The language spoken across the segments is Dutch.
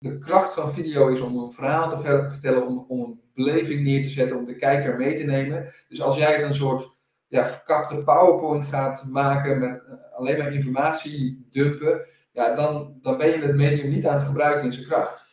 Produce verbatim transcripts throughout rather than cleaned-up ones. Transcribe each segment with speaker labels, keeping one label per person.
Speaker 1: de kracht van video is om een verhaal te vertellen, om, om een beleving neer te zetten, om de kijker mee te nemen. Dus als jij het een soort ja, verkapte PowerPoint gaat maken met uh, alleen maar informatie dumpen, ja, dan, dan ben je het medium niet aan het gebruiken in zijn kracht.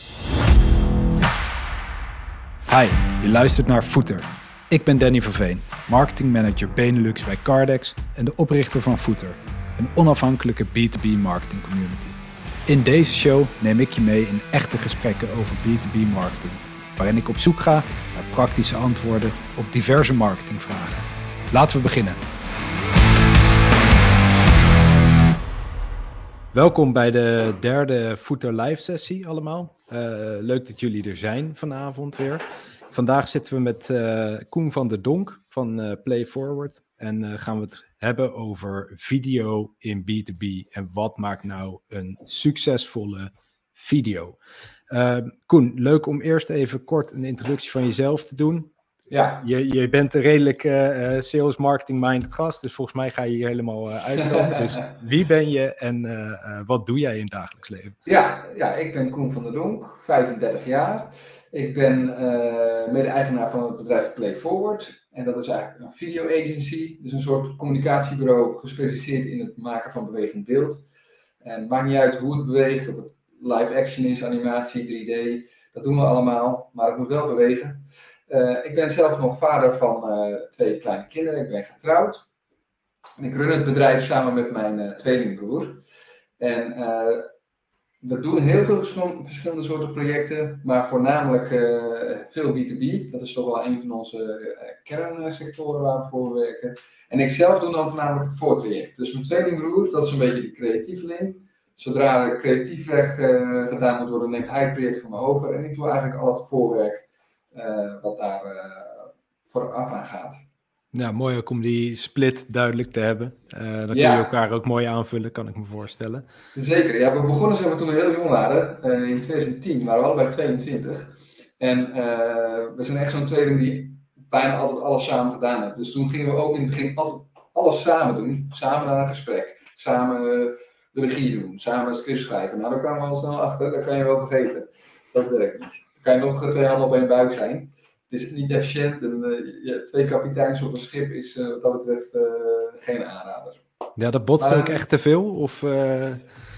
Speaker 2: Hi, je luistert naar Footer. Ik ben Danny Verveen, marketingmanager Benelux bij Cardex en de oprichter van Footer, een onafhankelijke B twee B marketing community. In deze show neem ik je mee in echte gesprekken over B twee B marketing, waarin ik op zoek ga naar praktische antwoorden op diverse marketingvragen. Laten we beginnen. Welkom bij de derde Footer live sessie allemaal. Uh, leuk dat jullie er zijn vanavond weer. Vandaag zitten we met uh, Koen van der Donk van uh, Play Forward. En uh, gaan we het hebben over video in B twee B. En wat maakt nou een succesvolle video? Uh, Koen, leuk om eerst even kort een introductie van jezelf te doen.
Speaker 1: Ja.
Speaker 2: Je, je bent een redelijk uh, sales marketing minded gast, dus volgens mij ga je hier helemaal uh, uitkomen. Dus wie ben je en uh, uh, wat doe jij in het dagelijks leven?
Speaker 1: Ja, ja, ik ben Koen van der Donk, vijfendertig jaar. Ik ben uh, mede-eigenaar van het bedrijf Play Forward. En dat is eigenlijk een video agency, dus een soort communicatiebureau gespecialiseerd in het maken van bewegend beeld. En het maakt niet uit hoe het beweegt, of het live action is, animatie, drie D, dat doen we allemaal, maar het moet wel bewegen. Uh, ik ben zelf nog vader van uh, twee kleine kinderen, ik ben getrouwd. En ik run het bedrijf samen met mijn uh, tweelingbroer. En uh, we doen heel veel verschillende, verschillende soorten projecten, maar voornamelijk uh, veel B twee B. Dat is toch wel een van onze uh, kernsectoren waar we voor werken. En ik zelf doe dan voornamelijk het voortraject. Dus mijn tweelingbroer, dat is een beetje de creatieveling. Zodra er creatief werk uh, gedaan moet worden, neemt hij het project van me over. En ik doe eigenlijk al het voorwerk uh, wat daar uh, vooraf aan gaat.
Speaker 2: Ja, mooi ook om die split duidelijk te hebben. Uh, dan kun
Speaker 1: Ja.
Speaker 2: je elkaar ook mooi aanvullen, kan ik me voorstellen.
Speaker 1: Zeker, ja, we begonnen zeg maar, toen we heel jong waren. Uh, in twintig tien waren we allebei tweeëntwintig. En uh, we zijn echt zo'n tweeling die bijna altijd alles samen gedaan heeft. Dus toen gingen we ook in het begin altijd alles samen doen. Samen naar een gesprek. Samen uh, de regie doen. Samen een script schrijven. Nou, daar kwamen we al snel achter. Dat kan je wel vergeten. Dat werkt niet. Dan kan je nog twee handen op één buik zijn. Het is niet efficiënt en uh, ja, twee kapiteins op een schip is uh, wat dat betreft uh, geen aanrader.
Speaker 2: Ja, dat botst
Speaker 1: Maar,
Speaker 2: ook echt te veel? Of, uh...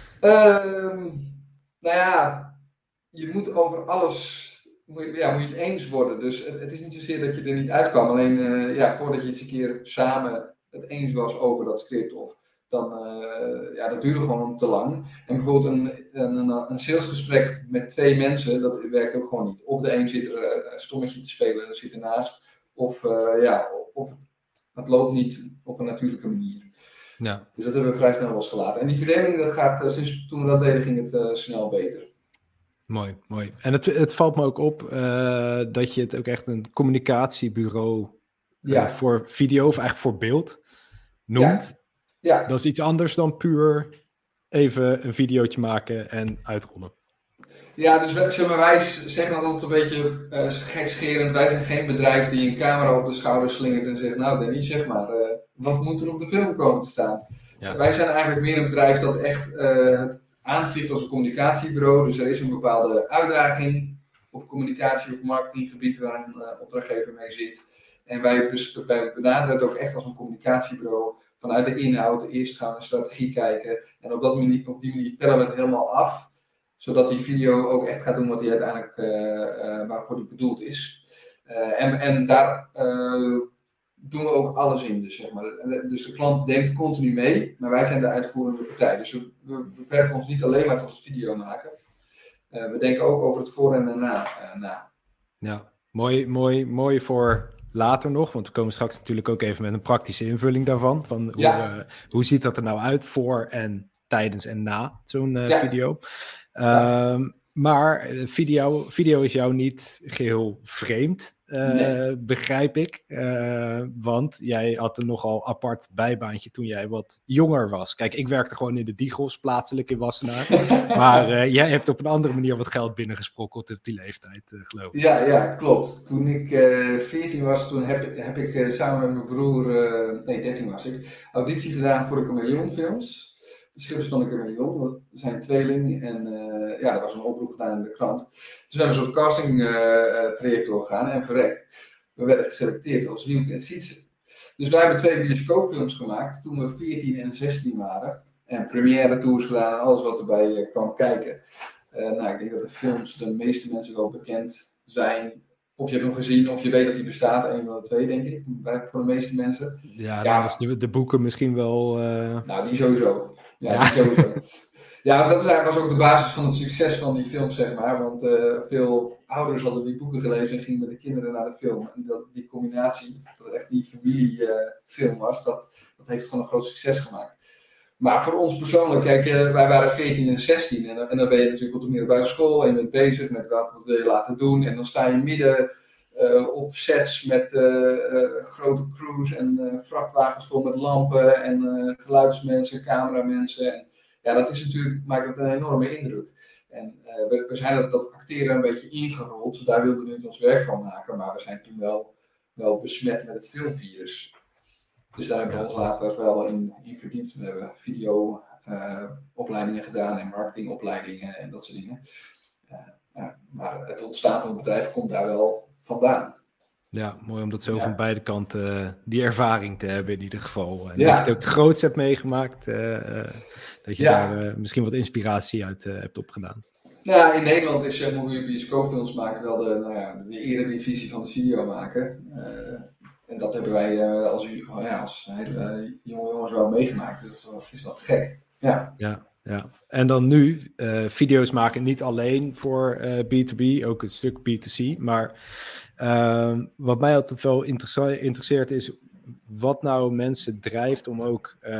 Speaker 1: uh, nou ja, je moet over alles, moet je, ja, moet je het eens worden. Dus het, het is niet zozeer dat je er niet uitkwam. Alleen uh, ja, voordat je eens een keer samen het eens was over dat script of dan, uh, ja, dat duurde gewoon te lang. En bijvoorbeeld een, een, een salesgesprek met twee mensen, dat werkt ook gewoon niet. Of de een zit er uh, een stommetje te spelen en zit ernaast. Of, uh, ja, of het loopt niet op een natuurlijke manier.
Speaker 2: Ja.
Speaker 1: Dus dat hebben we vrij snel losgelaten. En die verdeling, dat gaat, uh, sinds toen we dat deden, ging het uh, snel beter.
Speaker 2: Mooi, mooi. En het, het valt me ook op uh, dat je het ook echt een communicatiebureau uh,
Speaker 1: Ja.
Speaker 2: voor video, of eigenlijk voor beeld, noemt.
Speaker 1: Ja. Ja.
Speaker 2: Dat is iets anders dan puur even een videootje maken en uitrollen.
Speaker 1: Ja, dus wij, zeg maar, wij zeggen altijd een beetje uh, gekscherend. Wij zijn geen bedrijf die een camera op de schouder slingert en zegt, nou Danny, zeg maar, uh, wat moet er op de film komen te staan? Ja. Wij zijn eigenlijk meer een bedrijf dat echt uh, het aangeeft als een communicatiebureau. Dus er is een bepaalde uitdaging op communicatie- of marketinggebied waar een uh, opdrachtgever mee zit. En wij, bes- wij benaderen het ook echt als een communicatiebureau. Vanuit de inhoud, eerst gaan we een strategie kijken. En op, dat manier, op die manier tellen we het helemaal af. Zodat die video ook echt gaat doen wat hij uiteindelijk, uh, uh, waarvoor die bedoeld is. Uh, en, en daar uh, doen we ook alles in. Dus, zeg maar. Dus de klant denkt continu mee, maar wij zijn de uitvoerende partij. Dus we, we beperken ons niet alleen maar tot het video maken. Uh, we denken ook over het voor en daarna uh, na.
Speaker 2: Ja, mooi, mooi, mooi voor later nog, want we komen straks natuurlijk ook even met een praktische invulling daarvan. Van hoe,
Speaker 1: Ja.
Speaker 2: uh, hoe ziet dat er nou uit voor en tijdens en na zo'n uh,
Speaker 1: Ja.
Speaker 2: video.
Speaker 1: Ja.
Speaker 2: Um, maar video, video is jou niet geheel vreemd, uh, nee. begrijp ik. Uh, want jij had een nogal apart bijbaantje toen jij wat jonger was. Kijk, ik werkte gewoon in de Diegels, plaatselijk in Wassenaar. Maar uh, jij hebt op een andere manier wat geld binnengesprokkeld op die leeftijd, uh, geloof ik.
Speaker 1: Ja, ja, klopt. Toen ik uh, veertien was, toen heb, heb ik uh, samen met mijn broer, uh, nee dertien was ik, auditie gedaan voor de Chameleon films. Schipper van de Chameleon. Dat zijn tweeling en uh, ja, er was een oproep gedaan in de krant. Toen zijn we een soort casting uh, traject doorgegaan en verrek. We werden geselecteerd als Riemke en Sietse. Dus wij hebben twee bioscoopfilms gemaakt toen we veertien en zestien waren. En première tours gedaan en alles wat erbij uh, kwam kijken. Uh, nou, ik denk dat de films de meeste mensen wel bekend zijn. Of je hebt hem gezien, of je weet dat hij bestaat. Een van de twee, denk ik. Voor de meeste mensen.
Speaker 2: Ja, dan is de, de boeken misschien wel... Uh...
Speaker 1: Nou, die sowieso. Ja,
Speaker 2: ja.
Speaker 1: die sowieso. Ja, dat was eigenlijk ook de basis van het succes van die film, zeg maar. Want uh, veel ouders hadden die boeken gelezen en gingen met de kinderen naar de film. En dat, die combinatie, dat het echt die familiefilm uh, was, dat, dat heeft gewoon een groot succes gemaakt. Maar voor ons persoonlijk, kijk, uh, wij waren veertien en zestien. En, en dan ben je natuurlijk op de middelbare school en je bent bezig met wat, wat wil je laten doen. En dan sta je midden uh, op sets met uh, uh, grote crews en uh, vrachtwagens vol met lampen en uh, geluidsmensen, cameramensen. En, ja, dat is natuurlijk, maakt het een enorme indruk. En uh, we, we zijn dat, dat acteren een beetje ingerold, daar wilden we niet ons werk van maken, maar we zijn toen wel, wel besmet met het filmvirus. Dus daar hebben we ons later wel in, in verdiept. We hebben video-opleidingen uh, gedaan en marketingopleidingen en dat soort dingen. Uh, uh, maar het ontstaan van het bedrijf komt daar wel vandaan.
Speaker 2: Ja, mooi om dat zo
Speaker 1: ja.
Speaker 2: van beide kanten uh, die ervaring te hebben in ieder geval. En
Speaker 1: ja.
Speaker 2: dat je het ook groots hebt meegemaakt. Uh, uh, dat je
Speaker 1: ja.
Speaker 2: daar uh, misschien wat inspiratie uit uh, hebt opgedaan.
Speaker 1: Ja, in Nederland is zeg maar hoe je bioscoopfilms maakt wel de, nou ja, de eredivisie van het video maken. Uh, en dat hebben wij uh, als, oh ja, als hele jonge jongens wel meegemaakt. Dus dat is wel, is wel gek. Ja.
Speaker 2: Ja. Ja, en dan nu, uh, video's maken niet alleen voor uh, B twee B, ook een stuk B twee C. Maar uh, wat mij altijd wel interesse- interesseert is wat nou mensen drijft om ook uh,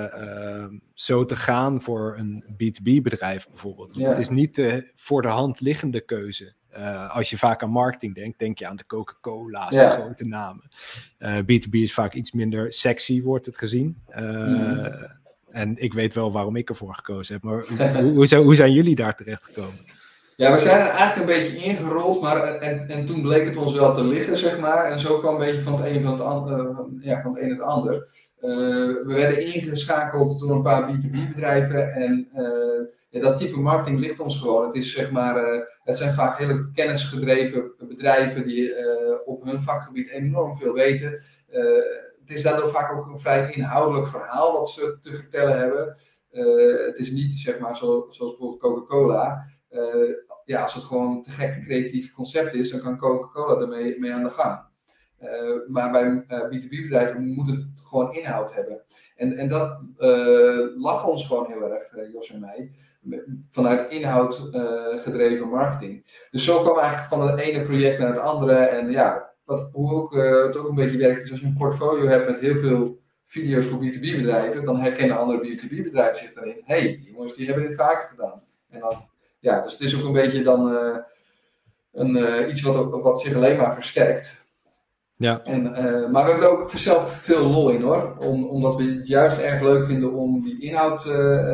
Speaker 2: uh, zo te gaan voor een B twee B bedrijf bijvoorbeeld. Want ja. Het is niet de voor de hand liggende keuze. Uh, als je vaak aan marketing denkt, denk je aan de Coca-Cola's, ja. de grote namen. Uh, B twee B is vaak iets minder sexy, wordt het gezien. Uh, mm. En ik weet wel waarom ik ervoor gekozen heb, maar hoe, hoe, zijn, hoe zijn jullie daar terecht gekomen?
Speaker 1: Ja, we zijn er eigenlijk een beetje ingerold, maar en, en toen bleek het ons wel te liggen, zeg maar. En zo kwam een beetje van het een van het ander, uh, ja, van het een het ander. Uh, we werden ingeschakeld door een paar B twee B bedrijven en uh, ja, dat type marketing ligt ons gewoon. Het is zeg maar, uh, het zijn vaak hele kennisgedreven bedrijven die uh, op hun vakgebied enorm veel weten. Uh, Het is daardoor vaak ook een vrij inhoudelijk verhaal wat ze te vertellen hebben. Uh, het is niet, zeg maar, zo, zoals bijvoorbeeld Coca-Cola. Uh, ja, als het gewoon te gek een creatief concept is, dan kan Coca-Cola ermee mee aan de gang. Uh, maar bij uh, B twee B bedrijven moet het gewoon inhoud hebben. En, en dat uh, lag ons gewoon heel erg, uh, Jos en mij, vanuit inhoud uh, gedreven marketing. Dus zo kwam eigenlijk van het ene project naar het andere. En ja, wat, hoe ook, uh, het ook een beetje werkt, is als je een portfolio hebt met heel veel video's voor B twee B bedrijven, dan herkennen andere B twee B bedrijven zich daarin. Hé, hey, die jongens die hebben dit vaker gedaan. En dan, ja, dus het is ook een beetje dan uh, een, uh, iets wat, wat zich alleen maar versterkt.
Speaker 2: Ja.
Speaker 1: En, uh, maar we hebben ook zelf veel lol in hoor, Om, omdat we het juist erg leuk vinden om die inhoud, uh,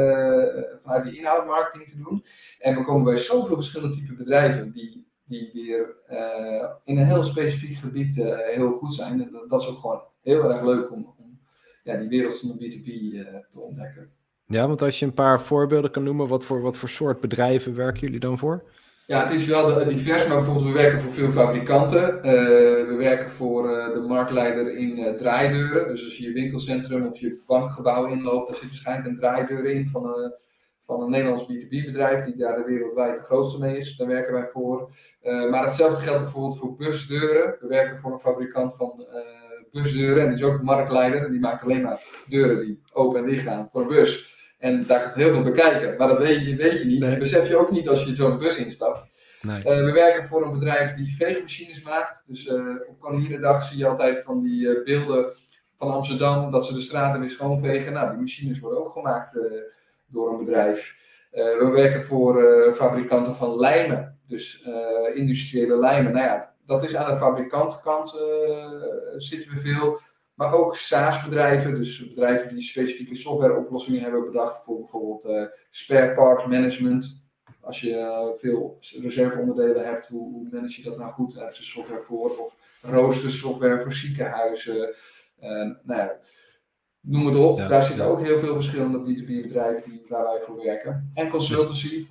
Speaker 1: uh, vanuit die inhoudmarketing te doen. En we komen bij zoveel verschillende type bedrijven die die weer uh, in een heel specifiek gebied uh, heel goed zijn. En dat is ook gewoon heel erg leuk om, om ja, die wereld van de B twee B uh, te ontdekken.
Speaker 2: Ja, want als je een paar voorbeelden kan noemen, wat voor, wat voor soort bedrijven werken jullie dan voor?
Speaker 1: Ja, het is wel divers, maar bijvoorbeeld we werken voor veel fabrikanten. Uh, we werken voor uh, de marktleider in uh, draaideuren. Dus als je je winkelcentrum of je bankgebouw inloopt, daar zit waarschijnlijk een draaideur in van een... Uh, van een Nederlands B twee B bedrijf die daar de wereldwijd de grootste mee is. Daar werken wij voor. Uh, maar hetzelfde geldt bijvoorbeeld voor busdeuren. We werken voor een fabrikant van uh, busdeuren en die is ook een marktleider. En die maakt alleen maar deuren die open en dicht gaan voor een bus. En daar komt heel veel bekijken. Maar dat weet je, weet je niet. Nee. Dat besef je ook niet als je zo'n bus instapt.
Speaker 2: Nee.
Speaker 1: Uh, we werken voor een bedrijf die veegmachines maakt. Dus uh, op Koninginnedag zie je altijd van die uh, beelden van Amsterdam dat ze de straten weer schoonvegen. Nou, die machines worden ook gemaakt uh, door een bedrijf. Uh, we werken voor uh, fabrikanten van lijmen, dus uh, industriële lijmen. Nou ja, dat is aan de fabrikantenkant uh, zitten we veel. Maar ook SaaS-bedrijven, dus bedrijven die specifieke softwareoplossingen hebben bedacht voor bijvoorbeeld uh, spare part management. Als je uh, veel reserveonderdelen hebt, hoe, hoe manage je dat nou goed? Daar hebben ze software voor. Of roostersoftware voor ziekenhuizen. Uh, nou ja. Noem het op,
Speaker 2: Ja,
Speaker 1: daar zitten
Speaker 2: ja.
Speaker 1: ook heel veel verschillende B twee B bedrijven die, waar wij voor werken. En consultancy.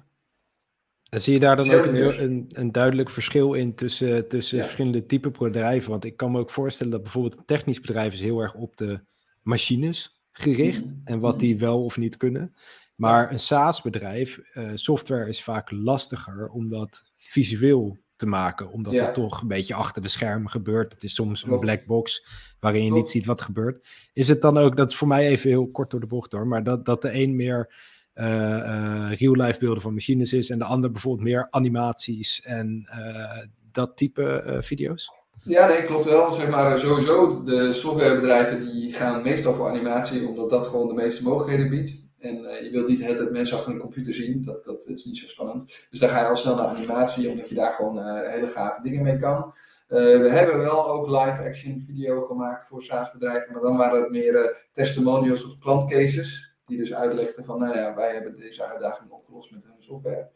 Speaker 2: En zie je daar dan
Speaker 1: Is heel
Speaker 2: ook een, heel-
Speaker 1: divers.
Speaker 2: een, een duidelijk verschil in tussen, tussen
Speaker 1: Ja.
Speaker 2: verschillende type bedrijven? Want ik kan me ook voorstellen dat bijvoorbeeld een technisch bedrijf is heel erg op de machines gericht
Speaker 1: Mhm.
Speaker 2: en wat
Speaker 1: Mhm.
Speaker 2: die wel of niet kunnen. Maar een SaaS-bedrijf, eh, software is vaak lastiger om dat visueel te maken, omdat
Speaker 1: Ja.
Speaker 2: dat toch een beetje achter de schermen gebeurt. Het is soms
Speaker 1: Klopt.
Speaker 2: een black box waarin je
Speaker 1: Klopt.
Speaker 2: niet ziet wat er gebeurt. Is het dan ook, dat is voor mij even heel kort door de bocht hoor, maar dat, dat de een meer uh, uh, real-life beelden van machines is en de ander bijvoorbeeld meer animaties en uh, dat type uh, video's?
Speaker 1: Ja, nee, klopt wel. Zeg maar, sowieso, de softwarebedrijven die gaan meestal voor animatie, omdat dat gewoon de meeste mogelijkheden biedt. En uh, je wilt niet het mensen achter een computer zien, dat, dat is niet zo spannend. Dus dan ga je al snel naar animatie, omdat je daar gewoon uh, hele gave dingen mee kan. Uh, we hebben wel ook live-action video gemaakt voor SaaS-bedrijven, maar dan waren het meer uh, testimonials of klantcases, die dus uitlegden van, nou ja, wij hebben deze uitdaging opgelost met hun software.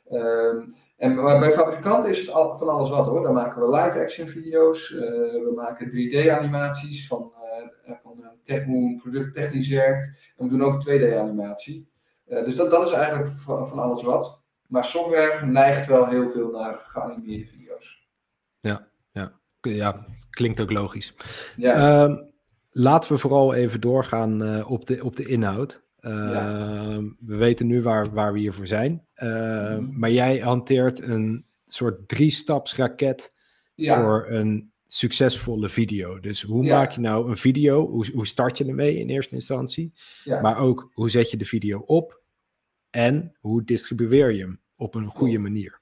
Speaker 1: Um, en bij fabrikanten is het al, van alles wat hoor. Dan maken we live-action video's, uh, we maken drie D-animaties van, uh, van een tech, hoe een product technisch werkt. En we doen ook twee D-animatie. Uh, dus dat, dat is eigenlijk van, van alles wat. Maar software neigt wel heel veel naar geanimeerde video's.
Speaker 2: Ja, ja. ja klinkt ook logisch.
Speaker 1: Ja.
Speaker 2: Uh, laten we vooral even doorgaan uh, op, de, op de inhoud. Uh, ja. We weten nu waar, waar we hiervoor zijn. Uh, mm-hmm. Maar jij hanteert een soort drie-staps-raket ja. voor een succesvolle video. Dus hoe ja. maak je nou een video? Hoe, hoe start je ermee in eerste instantie? Ja. Maar ook, hoe zet je de video op? En hoe distribueer je hem op een goede oh. manier?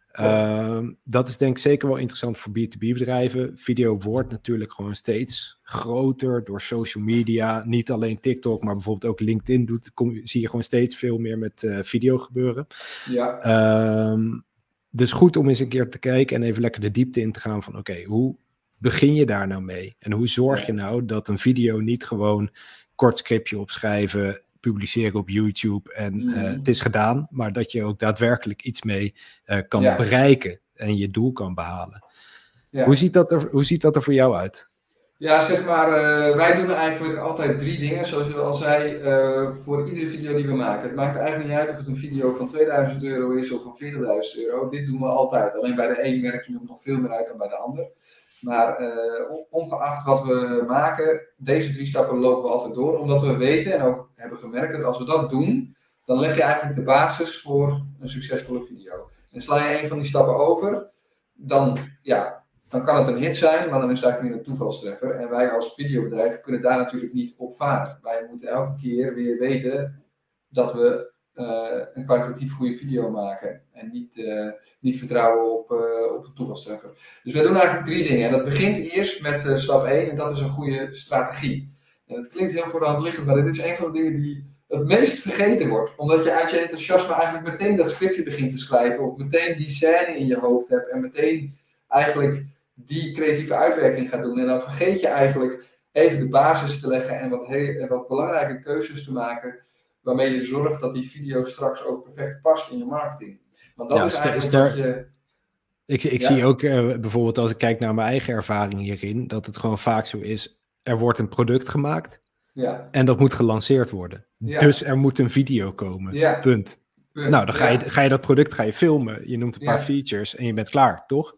Speaker 2: Uh, dat is denk ik zeker wel interessant voor B twee B bedrijven. Video wordt natuurlijk gewoon steeds groter door social media. Niet alleen TikTok, maar bijvoorbeeld ook LinkedIn doet, kom, zie je gewoon steeds veel meer met uh, video gebeuren.
Speaker 1: Ja.
Speaker 2: Uh, dus goed om eens een keer te kijken en even lekker de diepte in te gaan van oké, okay, hoe begin je daar nou mee? En hoe zorg ja. je nou dat een video niet gewoon kort scriptje opschrijven, publiceren op YouTube en mm. uh, het is gedaan, maar dat je ook daadwerkelijk iets mee uh, kan ja. bereiken en je doel kan behalen. Ja. Hoe, ziet dat er, hoe ziet dat er voor jou uit?
Speaker 1: Ja, zeg maar, uh, wij doen eigenlijk altijd drie dingen, zoals je al zei, uh, voor iedere video die we maken. Het maakt eigenlijk niet uit of het een video van tweeduizend euro is of van veertigduizend euro. Dit doen we altijd. Alleen bij de een merk je hem nog veel meer uit dan bij de ander. Maar uh, ongeacht wat we maken, deze drie stappen lopen we altijd door. Omdat we weten en ook hebben gemerkt dat als we dat doen, dan leg je eigenlijk de basis voor een succesvolle video. En sla je een van die stappen over, dan, ja, dan kan het een hit zijn, maar dan is het eigenlijk weer een toevalstreffer. En wij als videobedrijf kunnen daar natuurlijk niet op varen. Wij moeten elke keer weer weten dat we uh, een kwalitatief goede video maken. En niet, uh, niet vertrouwen op, uh, op de toevalstreffer. Dus wij doen eigenlijk drie dingen. En dat begint eerst met uh, stap één en dat is een goede strategie. En het klinkt heel voor de hand liggend, maar dit is een van de dingen die het meest vergeten wordt. Omdat je uit je enthousiasme eigenlijk meteen dat scriptje begint te schrijven. Of meteen die scène in je hoofd hebt. En meteen eigenlijk die creatieve uitwerking gaat doen. En dan vergeet je eigenlijk even de basis te leggen en wat, heel, wat belangrijke keuzes te maken. Waarmee je zorgt dat die video straks ook perfect past in je marketing. Want dat
Speaker 2: ja,
Speaker 1: is eigenlijk
Speaker 2: is er,
Speaker 1: wat je...
Speaker 2: Ik, ik ja? zie ook uh, bijvoorbeeld als ik kijk naar mijn eigen ervaring hierin. Dat het gewoon vaak zo is. Er wordt een product gemaakt.
Speaker 1: Ja.
Speaker 2: En dat moet gelanceerd worden. Ja. Dus er moet een video komen. Ja. Punt. Punt. Nou, dan ga je, ja. ga je dat product ga je filmen. Je noemt een paar ja. features en je bent klaar, toch?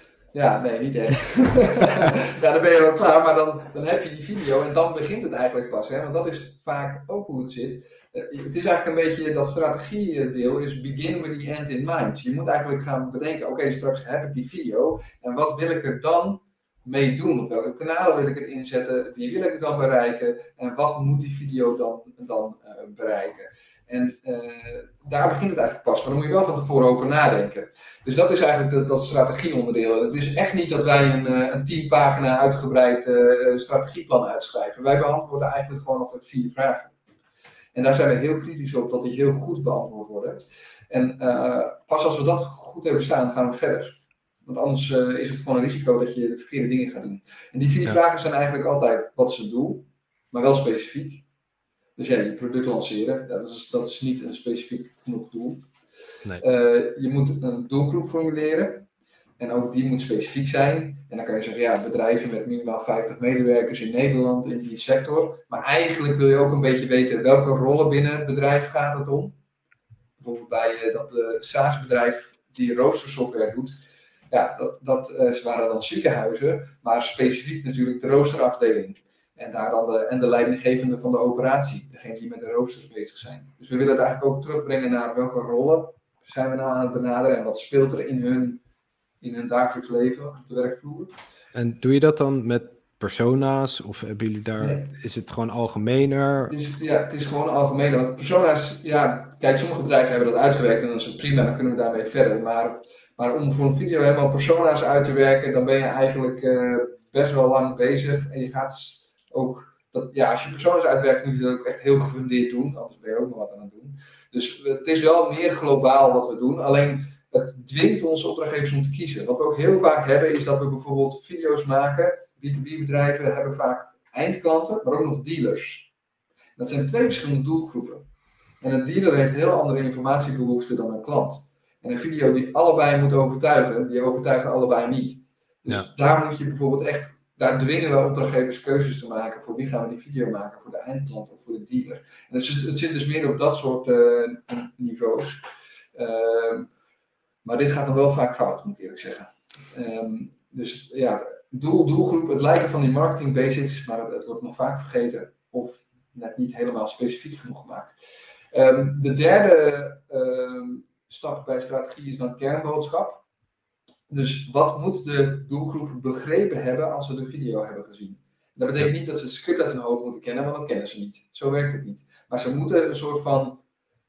Speaker 1: Ja, nee, niet echt. Ja, dan ben je wel klaar, maar dan, dan heb je die video en dan begint het eigenlijk pas. Hè? Want dat is vaak ook hoe het zit. Uh, het is eigenlijk een beetje, dat strategiedeel is begin with the end in mind. Je moet eigenlijk gaan bedenken, oké, okay, straks heb ik die video. En wat wil ik er dan mee doen? Op welke kanalen wil ik het inzetten? Wie wil ik het dan bereiken? En wat moet die video dan, dan uh, bereiken? En uh, daar begint het eigenlijk pas. Maar dan moet je wel van tevoren over nadenken. Dus dat is eigenlijk de, dat strategieonderdeel. Het is echt niet dat wij een, een tien pagina uitgebreid uh, strategieplan uitschrijven. Wij beantwoorden eigenlijk gewoon altijd vier vragen. En daar zijn we heel kritisch op dat die heel goed beantwoord worden. En uh, pas als we dat goed hebben staan, gaan we verder. Want anders uh, is het gewoon een risico dat je de verkeerde dingen gaat doen. En die vier ja. vragen zijn eigenlijk altijd, wat is het doel? Maar wel specifiek. Dus ja, je product lanceren, dat is, dat is niet een specifiek genoeg doel. Nee. Uh, je moet een doelgroep formuleren. En ook die moet specifiek zijn. En dan kan je zeggen, ja, bedrijven met minimaal vijftig medewerkers in Nederland in die sector. Maar eigenlijk wil je ook een beetje weten welke rollen binnen het bedrijf gaat het om. Bijvoorbeeld bij uh, dat uh, SaaS-bedrijf die roostersoftware doet. Ja, dat, dat uh, ze waren dan ziekenhuizen, maar specifiek natuurlijk de roosterafdeling. En, daar dan de, en de leidinggevende van de operatie, degene die met de roosters bezig zijn. Dus we willen het eigenlijk ook terugbrengen naar welke rollen zijn we nou aan het benaderen en wat speelt er in hun, in hun dagelijks leven op de werkvloer.
Speaker 2: En doe je dat dan met persona's of hebben jullie daar, nee. Is het gewoon algemener?
Speaker 1: Het is, ja, het is gewoon algemener. Want persona's, ja, kijk, sommige bedrijven hebben dat uitgewerkt en dan is het prima, dan kunnen we daarmee verder. Maar, maar om voor een video helemaal persona's uit te werken, dan ben je eigenlijk uh, best wel lang bezig en je gaat ook, dat, ja, als je persona's uitwerkt moet je dat ook echt heel gefundeerd doen, anders ben je ook nog wat aan het doen. Dus het is wel meer globaal wat we doen, alleen het dwingt onze opdrachtgevers om te kiezen. Wat we ook heel vaak hebben is dat we bijvoorbeeld video's maken, B twee B bedrijven hebben vaak eindklanten, maar ook nog dealers. Dat zijn twee verschillende doelgroepen. En een dealer heeft heel andere informatiebehoeften dan een klant. En een video die allebei moet overtuigen, die overtuigen allebei niet. Dus ja. Daar moet je bijvoorbeeld echt Daar dwingen we opdrachtgevers keuzes te maken voor wie gaan we die video maken, voor de eindklant of voor de dealer. En het, is, het zit dus meer op dat soort uh, niveaus. Uh, maar dit gaat nog wel vaak fout, moet ik eerlijk zeggen. Um, dus ja, doel, doelgroep, het lijken van die marketing basics, maar het, het wordt nog vaak vergeten of net niet helemaal specifiek genoeg gemaakt. Um, de derde um, stap bij strategie is dan kernboodschap. Dus wat moet de doelgroep begrepen hebben als ze de video hebben gezien? Dat betekent niet dat ze het script uit hun hoofd moeten kennen, want dat kennen ze niet. Zo werkt het niet. Maar ze moeten een soort van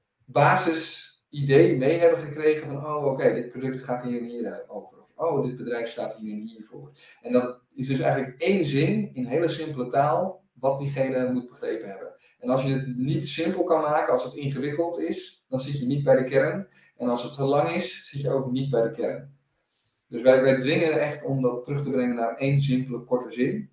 Speaker 1: basisidee mee hebben gekregen van, oh oké, okay, dit product gaat hier en hier over. Oh, dit bedrijf staat hier en hier voor. En dat is dus eigenlijk één zin in hele simpele taal wat diegene moet begrepen hebben. En als je het niet simpel kan maken, als het ingewikkeld is, dan zit je niet bij de kern. En als het te lang is, zit je ook niet bij de kern. Dus wij, wij dwingen echt om dat terug te brengen naar één simpele, korte zin.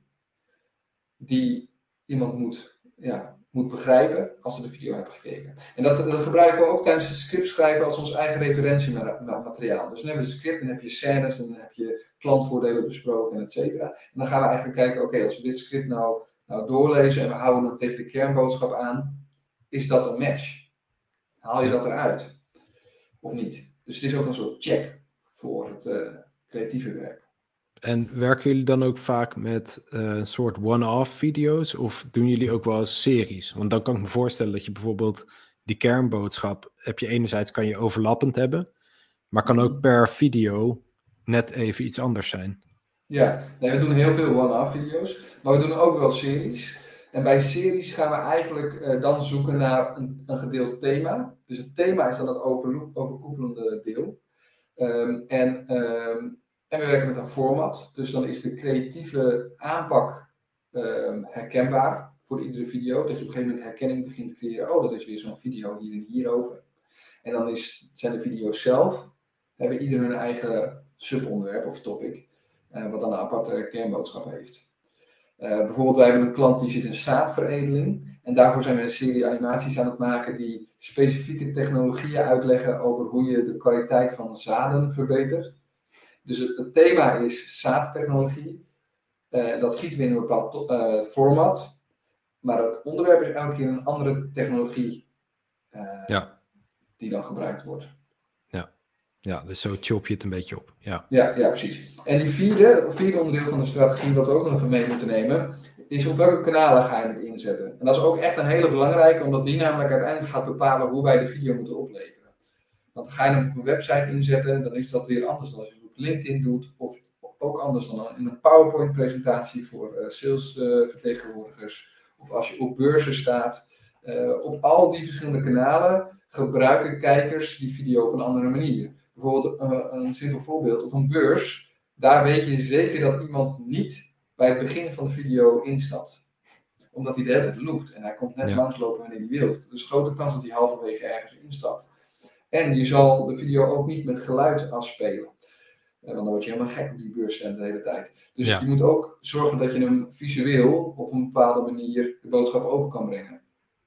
Speaker 1: Die iemand moet, ja, moet begrijpen als ze de video hebben gekeken. En dat, dat gebruiken we ook tijdens het script schrijven als ons eigen referentiemateriaal. Dus dan hebben we het script, dan heb je scènes, dan heb je klantvoordelen besproken, et cetera. En dan gaan we eigenlijk kijken, oké, okay, als we dit script nou, nou doorlezen en we houden hem tegen de kernboodschap aan, is dat een match? Haal je dat eruit? Of niet? Dus het is ook een soort check voor het uh, creatieve werk.
Speaker 2: En werken jullie dan ook vaak met uh, een soort one-off video's of doen jullie ook wel eens series? Want dan kan ik me voorstellen dat je bijvoorbeeld die kernboodschap, heb je enerzijds kan je overlappend hebben, maar kan ook per video net even iets anders zijn.
Speaker 1: Ja, nee, we doen heel veel one-off video's, maar we doen ook wel series. En bij series gaan we eigenlijk uh, dan zoeken naar een, een gedeeld thema. Dus het thema is dan het over, overkoepelende deel. Um, en, um, en we werken met een format, dus dan is de creatieve aanpak um, herkenbaar voor iedere video. Dat je op een gegeven moment herkenning begint te creëren. Oh, dat is weer zo'n video hier en hierover. En dan is, zijn de video's zelf, hebben ieder hun eigen subonderwerp of topic, uh, wat dan een aparte kernboodschap heeft. Uh, bijvoorbeeld, wij hebben een klant die zit in zaadveredeling. En daarvoor zijn we een serie animaties aan het maken die specifieke technologieën uitleggen over hoe je de kwaliteit van zaden verbetert. Dus het, het thema is zaadtechnologie. Uh, dat gieten we in een bepaald to- uh, format. Maar het onderwerp is elke keer een andere technologie uh, ja. die dan gebruikt wordt.
Speaker 2: Ja. ja, dus zo chop je het een beetje op. Ja,
Speaker 1: ja, ja precies. En die vierde, het vierde onderdeel van de strategie, wat we ook nog even mee moeten nemen, is op welke kanalen ga je het inzetten. En dat is ook echt een hele belangrijke, omdat die namelijk uiteindelijk gaat bepalen hoe wij de video moeten opleveren. Want ga je hem op een website inzetten, dan is dat weer anders dan als je het op LinkedIn doet, of ook anders dan in een PowerPoint-presentatie voor uh, salesvertegenwoordigers, uh, of als je op beurzen staat. Uh, op al die verschillende kanalen gebruiken kijkers die video op een andere manier. Bijvoorbeeld uh, een simpel voorbeeld, op een beurs, daar weet je zeker dat iemand niet bij het begin van de video instapt. Omdat hij de hele tijd loopt en hij komt net ja. langslopen wanneer hij wil. Dus grote kans dat hij halverwege ergens instapt. En je zal de video ook niet met geluid afspelen. Want dan word je helemaal gek op die beursstand de hele tijd. Dus ja. je moet ook zorgen dat je hem visueel op een bepaalde manier de boodschap over kan brengen.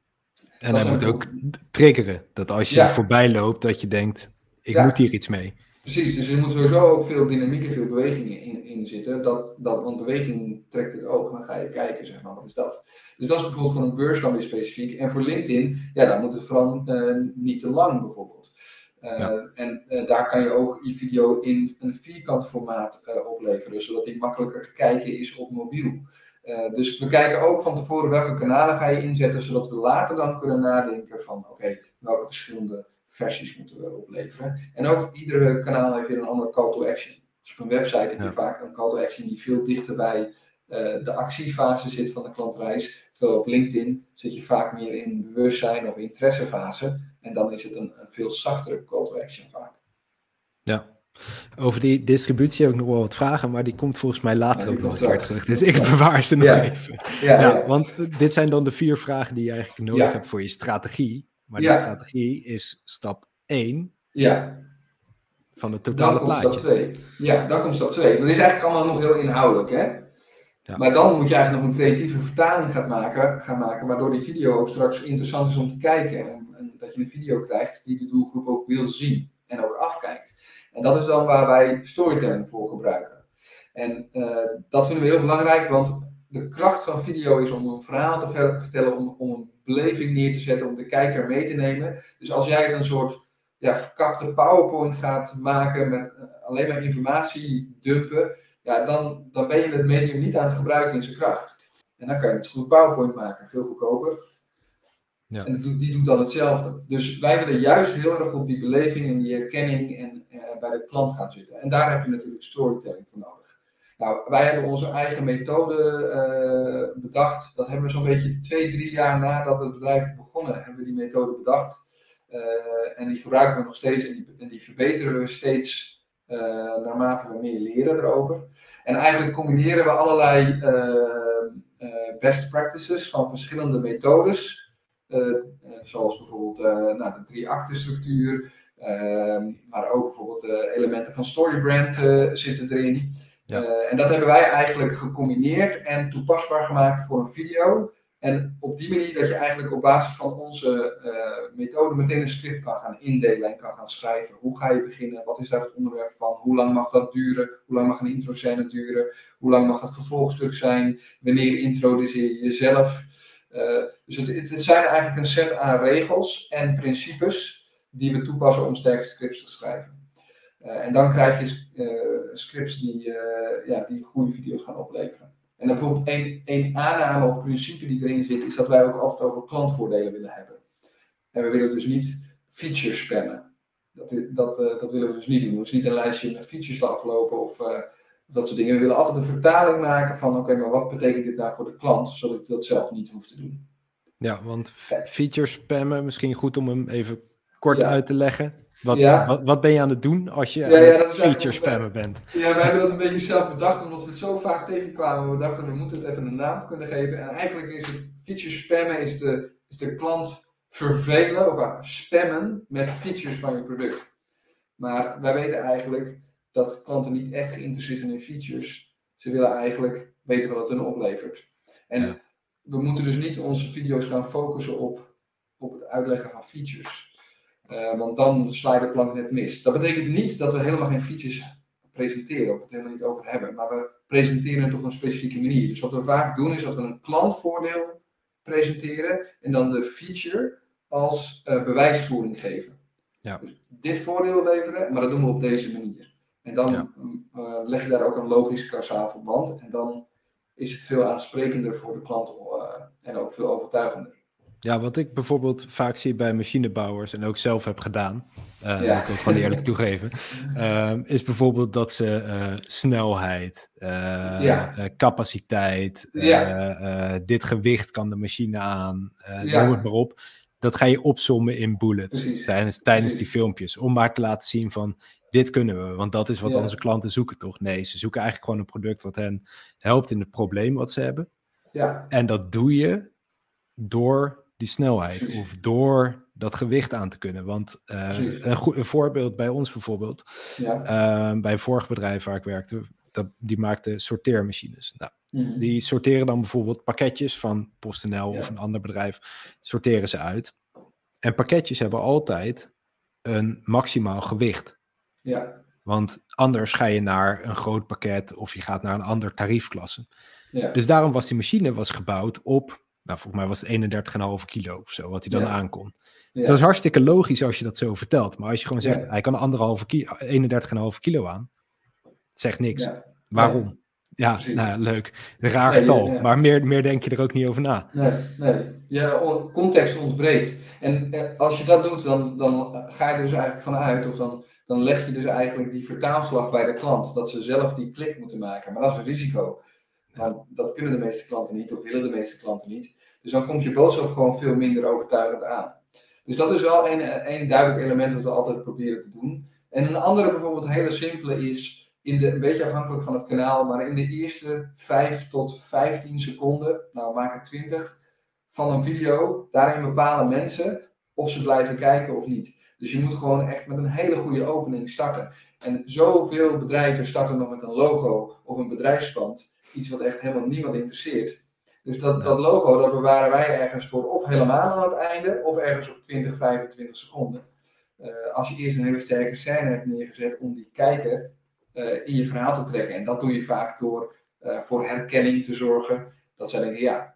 Speaker 2: En hij moet ook triggeren. Dat als je ja. er voorbij loopt, dat je denkt, ik ja. moet hier iets mee.
Speaker 1: Precies, dus er moet sowieso ook veel dynamiek en veel beweging in, in zitten. Dat, dat, want beweging trekt het oog, dan ga je kijken, zeg maar, wat is dat? Dus dat is bijvoorbeeld voor een beurs dan weer specifiek. En voor LinkedIn, ja, dan moet het vooral uh, niet te lang bijvoorbeeld. Uh, ja. En uh, daar kan je ook je video in een vierkant formaat uh, opleveren, zodat die makkelijker te kijken is op mobiel. Uh, dus we kijken ook van tevoren welke kanalen ga je inzetten, zodat we later dan kunnen nadenken van oké, okay, welke verschillende versies moeten we opleveren. En ook iedere kanaal heeft weer een andere call to action. Dus op een website heb je ja. vaak een call to action die veel dichter bij uh, de actiefase zit van de klantreis. Terwijl op LinkedIn zit je vaak meer in bewustzijn of interessefase. En dan is het een, een veel zachtere call to action vaak.
Speaker 2: Ja. Over die distributie heb ik nog wel wat vragen, maar die komt volgens mij later ja, ook nog een keer terug. Dus ik bewaar ze nog ja. even. Ja, ja, ja. Want dit zijn dan de vier vragen die je eigenlijk nodig ja. hebt voor je strategie. Maar ja. die strategie is stap één
Speaker 1: ja.
Speaker 2: van het totale plaatje.
Speaker 1: Dan komt stap twee. Ja, dan komt stap twee. Dat is eigenlijk allemaal nog heel inhoudelijk, hè? Ja. Maar dan moet je eigenlijk nog een creatieve vertaling gaan maken, gaan maken, waardoor die video ook straks interessant is om te kijken. En, en dat je een video krijgt die de doelgroep ook wil zien en ook afkijkt. En dat is dan waar wij storytelling voor gebruiken. En uh, dat vinden we heel belangrijk, want de kracht van video is om een verhaal te vertellen, om, om een beleving neer te zetten, om de kijker mee te nemen. Dus als jij het een soort ja, verkapte PowerPoint gaat maken met uh, alleen maar informatie dumpen, ja, dan, dan ben je het medium niet aan het gebruiken in zijn kracht. En dan kan je het goed PowerPoint maken, veel goedkoper. Ja. En die, die doet dan hetzelfde. Dus wij willen juist heel erg op die beleving en die herkenning en uh, bij de klant gaan zitten. En daar heb je natuurlijk storytelling voor nodig. Nou, wij hebben onze eigen methode uh, bedacht. Dat hebben we zo'n beetje twee, drie jaar nadat we het bedrijf begonnen, hebben we die methode bedacht. Uh, en die gebruiken we nog steeds en die, en die verbeteren we steeds uh, naarmate we meer leren erover. En eigenlijk combineren we allerlei uh, uh, best practices van verschillende methodes. Uh, uh, zoals bijvoorbeeld uh, nou, de drie-akten structuur, uh, maar ook bijvoorbeeld uh, elementen van Storybrand uh, zitten erin. Ja. Uh, en dat hebben wij eigenlijk gecombineerd en toepasbaar gemaakt voor een video. En op die manier dat je eigenlijk op basis van onze uh, methode meteen een script kan gaan indelen en kan gaan schrijven. Hoe ga je beginnen? Wat is daar het onderwerp van? Hoe lang mag dat duren? Hoe lang mag een intro-scène duren? Hoe lang mag het vervolgstuk zijn? Wanneer introduceer je jezelf? Uh, dus het, het zijn eigenlijk een set aan regels en principes die we toepassen om sterke scripts te schrijven. Uh, en dan krijg je uh, scripts die, uh, ja, die goede video's gaan opleveren. En dan bijvoorbeeld één, één aanname of principe die erin zit, is dat wij ook altijd over klantvoordelen willen hebben. En we willen dus niet features spammen. Dat, dat, uh, dat willen we dus niet doen. Dus niet een lijstje met features aflopen of, uh, of dat soort dingen. We willen altijd een vertaling maken van, oké, okay, maar wat betekent dit nou voor de klant, zodat ik dat zelf niet hoef te doen.
Speaker 2: Ja, want features spammen, misschien goed om hem even kort ja. uit te leggen. Wat, ja. wat, wat ben je aan het doen als je ja, ja, feature spammen bent?
Speaker 1: Ja, wij hebben dat een beetje zelf bedacht, omdat we het zo vaak tegenkwamen. We dachten, we moeten het even een naam kunnen geven. En eigenlijk is het feature spammen, is de, is de klant vervelen, of uh, spammen met features van je product. Maar wij weten eigenlijk dat klanten niet echt geïnteresseerd zijn in features. Ze willen eigenlijk weten wat het hun oplevert. En ja. we moeten dus niet onze video's gaan focussen op, op het uitleggen van features. Uh, want dan sla je de plank net mis. Dat betekent niet dat we helemaal geen features presenteren of het helemaal niet over hebben. Maar we presenteren het op een specifieke manier. Dus wat we vaak doen is dat we een klantvoordeel presenteren en dan de feature als uh, bewijsvoering geven. Ja. Dus dit voordeel leveren, maar dat doen we op deze manier. En dan ja. uh, leg je daar ook een logisch kausaal verband. En dan is het veel aansprekender voor de klant uh, en ook veel overtuigender.
Speaker 2: Ja, wat ik bijvoorbeeld vaak zie bij machinebouwers en ook zelf heb gedaan, uh, ja. dat wil ik gewoon eerlijk toegeven, uh, is bijvoorbeeld dat ze uh, snelheid, uh, ja. uh, capaciteit, ja. uh, uh, dit gewicht kan de machine aan, uh, ja. noem het maar op. Dat ga je opsommen in bullets Precies. tijdens, tijdens Precies. die filmpjes, om maar te laten zien van, dit kunnen we, want dat is wat ja. onze klanten zoeken, toch? Nee, ze zoeken eigenlijk gewoon een product wat hen helpt in het probleem wat ze hebben. Ja. En dat doe je door die snelheid Precies. of door dat gewicht aan te kunnen. Want uh, een, goed, een voorbeeld bij ons bijvoorbeeld, ja. uh, bij een vorig bedrijf waar ik werkte, dat, die maakte sorteermachines. Nou, mm-hmm. Die sorteren dan bijvoorbeeld pakketjes van PostNL ja. of een ander bedrijf, sorteren ze uit. En pakketjes hebben altijd een maximaal gewicht. Ja. Want anders ga je naar een groot pakket of je gaat naar een ander tariefklasse.
Speaker 1: Ja.
Speaker 2: Dus daarom was die machine was gebouwd op, nou volgens mij was het eenendertig komma vijf kilo of zo, wat hij dan
Speaker 1: Ja.
Speaker 2: aankon.
Speaker 1: Ja.
Speaker 2: Dus dat is hartstikke logisch als je dat zo vertelt. Maar als je gewoon zegt,
Speaker 1: Ja.
Speaker 2: hij kan anderhalve kilo, eenendertig komma vijf kilo aan, zegt niks.
Speaker 1: Ja.
Speaker 2: Waarom?
Speaker 1: Nee.
Speaker 2: Ja,
Speaker 1: Precies.
Speaker 2: nou leuk. Een raar
Speaker 1: Nee,
Speaker 2: getal,
Speaker 1: ja.
Speaker 2: maar meer, meer denk je er ook niet over na.
Speaker 1: Nee, nee. Je on- context ontbreekt. En eh, als je dat doet, dan, dan ga je er dus eigenlijk vanuit, of dan, dan leg je dus eigenlijk die vertaalslag bij de klant, dat ze zelf die klik moeten maken. Maar dat is een risico. Want dat kunnen de meeste klanten niet, of willen de meeste klanten niet. Dus dan komt je boodschap gewoon veel minder overtuigend aan. Dus dat is wel een, een duidelijk element dat we altijd proberen te doen. En een andere bijvoorbeeld hele simpele is, in de, een beetje afhankelijk van het kanaal, maar in de eerste vijf tot vijftien seconden, nou maak het twintig, van een video, daarin bepalen mensen of ze blijven kijken of niet. Dus je moet gewoon echt met een hele goede opening starten. En zoveel bedrijven starten nog met een logo of een bedrijfspand, iets wat echt helemaal niemand interesseert. Dus dat, dat logo, dat bewaren wij ergens voor of helemaal aan het einde, of ergens op twintig, vijfentwintig seconden. Uh, als je eerst een hele sterke scène hebt neergezet om die kijker uh, in je verhaal te trekken. En dat doe je vaak door uh, voor herkenning te zorgen. Dat zij denken, ja,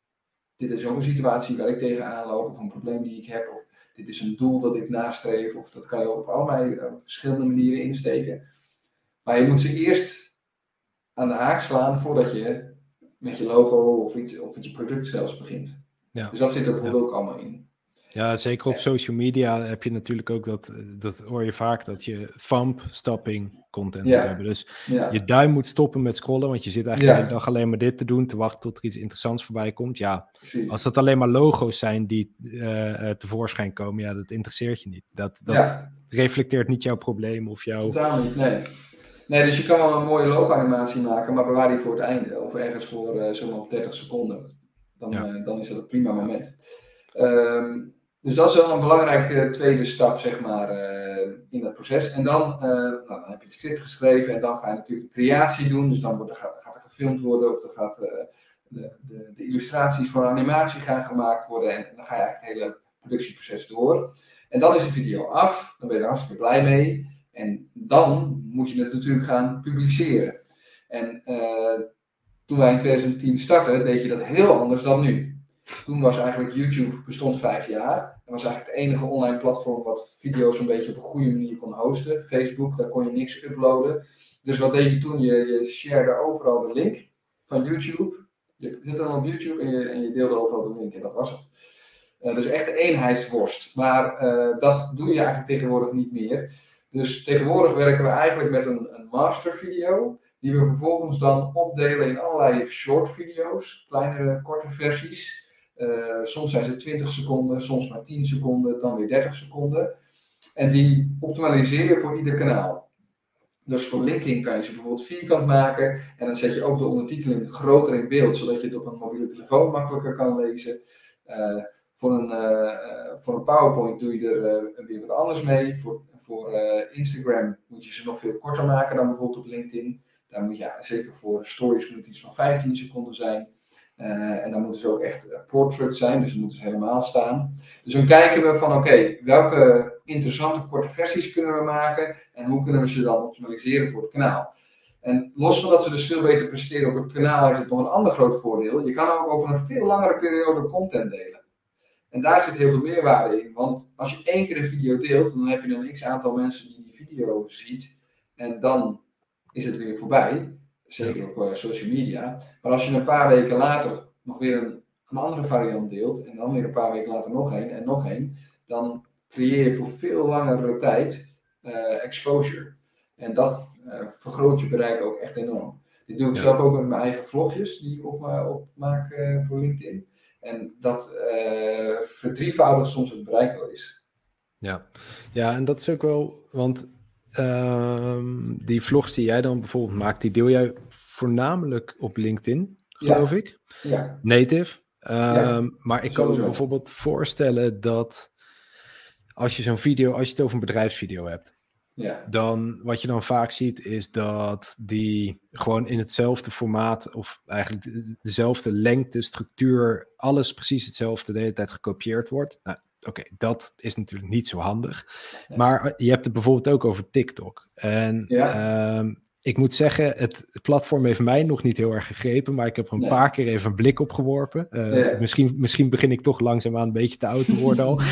Speaker 1: dit is ook een situatie waar ik tegenaan loop, of een probleem die ik heb, of dit is een doel dat ik nastreef, of dat kan je ook op allerlei uh, verschillende manieren insteken. Maar je moet ze eerst aan de haak slaan voordat je met je logo of iets, of met je product zelfs begint. Ja. Dus dat zit er bijvoorbeeld ja. ook allemaal in.
Speaker 2: Ja, zeker op social media heb je natuurlijk ook dat, dat hoor je vaak, dat je thumb-stopping content ja. moet hebben. Dus ja. je duim moet stoppen met scrollen, want je zit eigenlijk ja. de hele dag alleen maar dit te doen, te wachten tot er iets interessants voorbij komt. Ja, Precies. Als dat alleen maar logo's zijn die uh, tevoorschijn komen, ja, dat interesseert je niet. Dat, dat ja. reflecteert niet jouw probleem of jouw...
Speaker 1: Totaal niet, nee. Nee, dus je kan wel een mooie logo-animatie maken, maar bewaar die voor het einde. Of ergens voor uh, zo'n dertig seconden. Dan, ja. uh, dan is dat een prima moment. Um, dus dat is wel een belangrijke tweede stap, zeg maar, uh, in dat proces. En dan, uh, nou, dan heb je het script geschreven en dan ga je natuurlijk de creatie doen. Dus dan wordt er, gaat er gefilmd worden of er gaat, uh, de, de, de illustraties voor een animatie gaan gemaakt worden. En dan ga je eigenlijk het hele productieproces door. En dan is de video af, dan ben je er hartstikke blij mee. En dan moet je het natuurlijk gaan publiceren. En uh, toen wij in twintig tien startten, deed je dat heel anders dan nu. Toen was eigenlijk YouTube, bestond vijf jaar. En was eigenlijk het enige online platform wat video's een beetje op een goede manier kon hosten. Facebook, daar kon je niks uploaden. Dus wat deed je toen? Je, je sharede overal de link van YouTube. Je zit dan op YouTube en je, en je deelde overal de link. En dat was het. Uh, dus echt de eenheidsworst. Maar uh, dat doe je eigenlijk tegenwoordig niet meer. Dus tegenwoordig werken we eigenlijk met een, een master video. Die we vervolgens dan opdelen in allerlei short video's. Kleinere, korte versies. Uh, soms zijn ze twintig seconden, soms maar tien seconden, dan weer dertig seconden. En die optimaliseer je voor ieder kanaal. Dus voor LinkedIn kan je ze bijvoorbeeld vierkant maken. En dan zet je ook de ondertiteling groter in beeld, zodat je het op een mobiele telefoon makkelijker kan lezen. Uh, voor, een, uh, voor een PowerPoint doe je er uh, weer wat anders mee. Voor, voor uh, Instagram moet je ze nog veel korter maken dan bijvoorbeeld op LinkedIn. Daar moet je, ja, zeker voor stories moet het iets van vijftien seconden zijn. Uh, en dan moeten ze ook echt uh, portrait zijn, dus dan moeten ze helemaal staan. Dus dan kijken we van oké, okay, welke interessante korte versies kunnen we maken en hoe kunnen we ze dan optimaliseren voor het kanaal. En los van dat ze dus veel beter presteren op het kanaal, is het nog een ander groot voordeel. Je kan ook over een veel langere periode content delen. En daar zit heel veel meerwaarde in, want als je één keer een video deelt, dan heb je een x-aantal mensen die die video ziet en dan is het weer voorbij. Zeker op uh, social media. Maar als je een paar weken later nog weer een, een andere variant deelt. En dan weer een paar weken later nog één en nog één. Dan creëer je voor veel langere tijd uh, exposure. En dat uh, vergroot je bereik ook echt enorm. Dit doe ik ja. zelf ook met mijn eigen vlogjes die ik op, uh, opmaak uh, voor LinkedIn. En dat uh, verdrievoudigt soms het bereik wel eens.
Speaker 2: Ja. ja, en dat is ook wel... Want... Um, die vlogs die jij dan bijvoorbeeld maakt, die deel jij voornamelijk op LinkedIn, geloof
Speaker 1: ja.
Speaker 2: ik.
Speaker 1: Ja.
Speaker 2: Native. Um, ja. Maar ik kan
Speaker 1: Sowieso.
Speaker 2: me bijvoorbeeld voorstellen dat als je zo'n video, als je het over een bedrijfsvideo hebt,
Speaker 1: ja.
Speaker 2: dan wat je dan vaak ziet is dat die gewoon in hetzelfde formaat of eigenlijk dezelfde lengte, structuur, alles precies hetzelfde de hele tijd gekopieerd wordt. Nou, Oké, okay, dat is natuurlijk niet zo handig.
Speaker 1: Ja.
Speaker 2: Maar je hebt het bijvoorbeeld ook over TikTok. En ja. uh, ik moet zeggen, het platform heeft mij nog niet heel erg gegrepen, maar ik heb er een nee. paar keer even een blik op geworpen. Uh, ja. misschien, misschien begin ik toch langzaamaan een beetje te oud te worden al.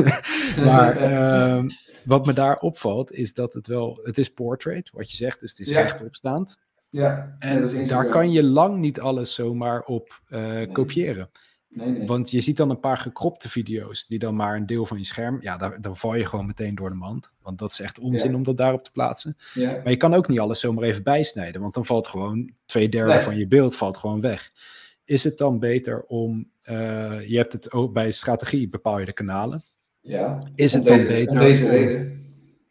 Speaker 2: maar uh, wat me daar opvalt, is dat het wel, het is portrait, wat je zegt, dus het is ja. rechtopstaand.
Speaker 1: Ja.
Speaker 2: En
Speaker 1: ja,
Speaker 2: daar kan je lang niet alles zomaar op uh, nee. kopiëren.
Speaker 1: Nee, nee.
Speaker 2: Want je ziet dan een paar gekropte video's die dan maar een deel van je scherm... Ja, daar, dan val je gewoon meteen door de mand. Want dat is echt onzin ja. om dat daarop te plaatsen.
Speaker 1: Ja.
Speaker 2: Maar je kan ook niet alles zomaar even bijsnijden. Want dan valt gewoon twee derde nee. van je beeld valt gewoon weg. Is het dan beter om... Uh, je hebt het ook bij strategie bepaal je de kanalen.
Speaker 1: Ja.
Speaker 2: Is het
Speaker 1: om
Speaker 2: dan
Speaker 1: deze,
Speaker 2: beter
Speaker 1: om deze
Speaker 2: om
Speaker 1: reden.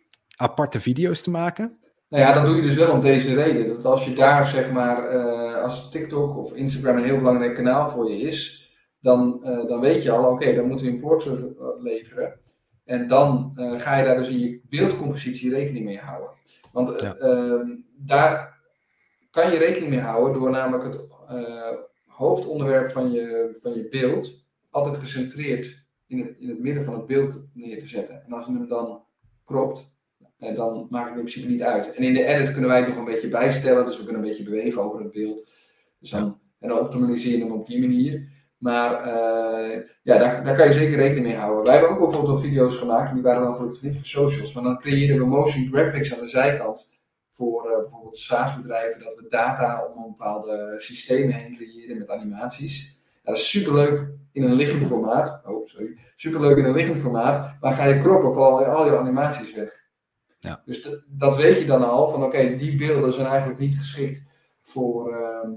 Speaker 2: aparte video's te maken?
Speaker 1: Nou ja, dat doe je dus wel om deze reden. Dat als je daar zeg maar... Uh, als TikTok of Instagram een heel belangrijk kanaal voor je is... Dan, uh, dan weet je al, oké, okay, dan moeten we een portrait leveren. En dan uh, ga je daar dus in je beeldcompositie rekening mee houden. Want uh, ja. uh, daar kan je rekening mee houden door namelijk het uh, hoofdonderwerp van je, van je beeld altijd gecentreerd in het, in het midden van het beeld neer te zetten. En als je hem dan cropt, uh, dan maakt het in principe niet uit. En in de edit kunnen wij het nog een beetje bijstellen, dus we kunnen een beetje bewegen over het beeld. Dus dan, ja. En dan optimaliseer je hem op die manier. Maar uh, ja, daar, daar kan je zeker rekening mee houden. Wij hebben ook bijvoorbeeld wel video's gemaakt, die waren dan gelukkig niet voor socials, maar dan creëren we motion graphics aan de zijkant voor uh, bijvoorbeeld SaaS-bedrijven, dat we data om een bepaalde systemen heen creëren met animaties. Ja, dat is superleuk in een liggend formaat. Oh, sorry. Superleuk in een liggend formaat, maar ga je kroppen, vallen al je animaties weg.
Speaker 2: Ja.
Speaker 1: Dus d- dat weet je dan al, van oké, okay, die beelden zijn eigenlijk niet geschikt voor, uh,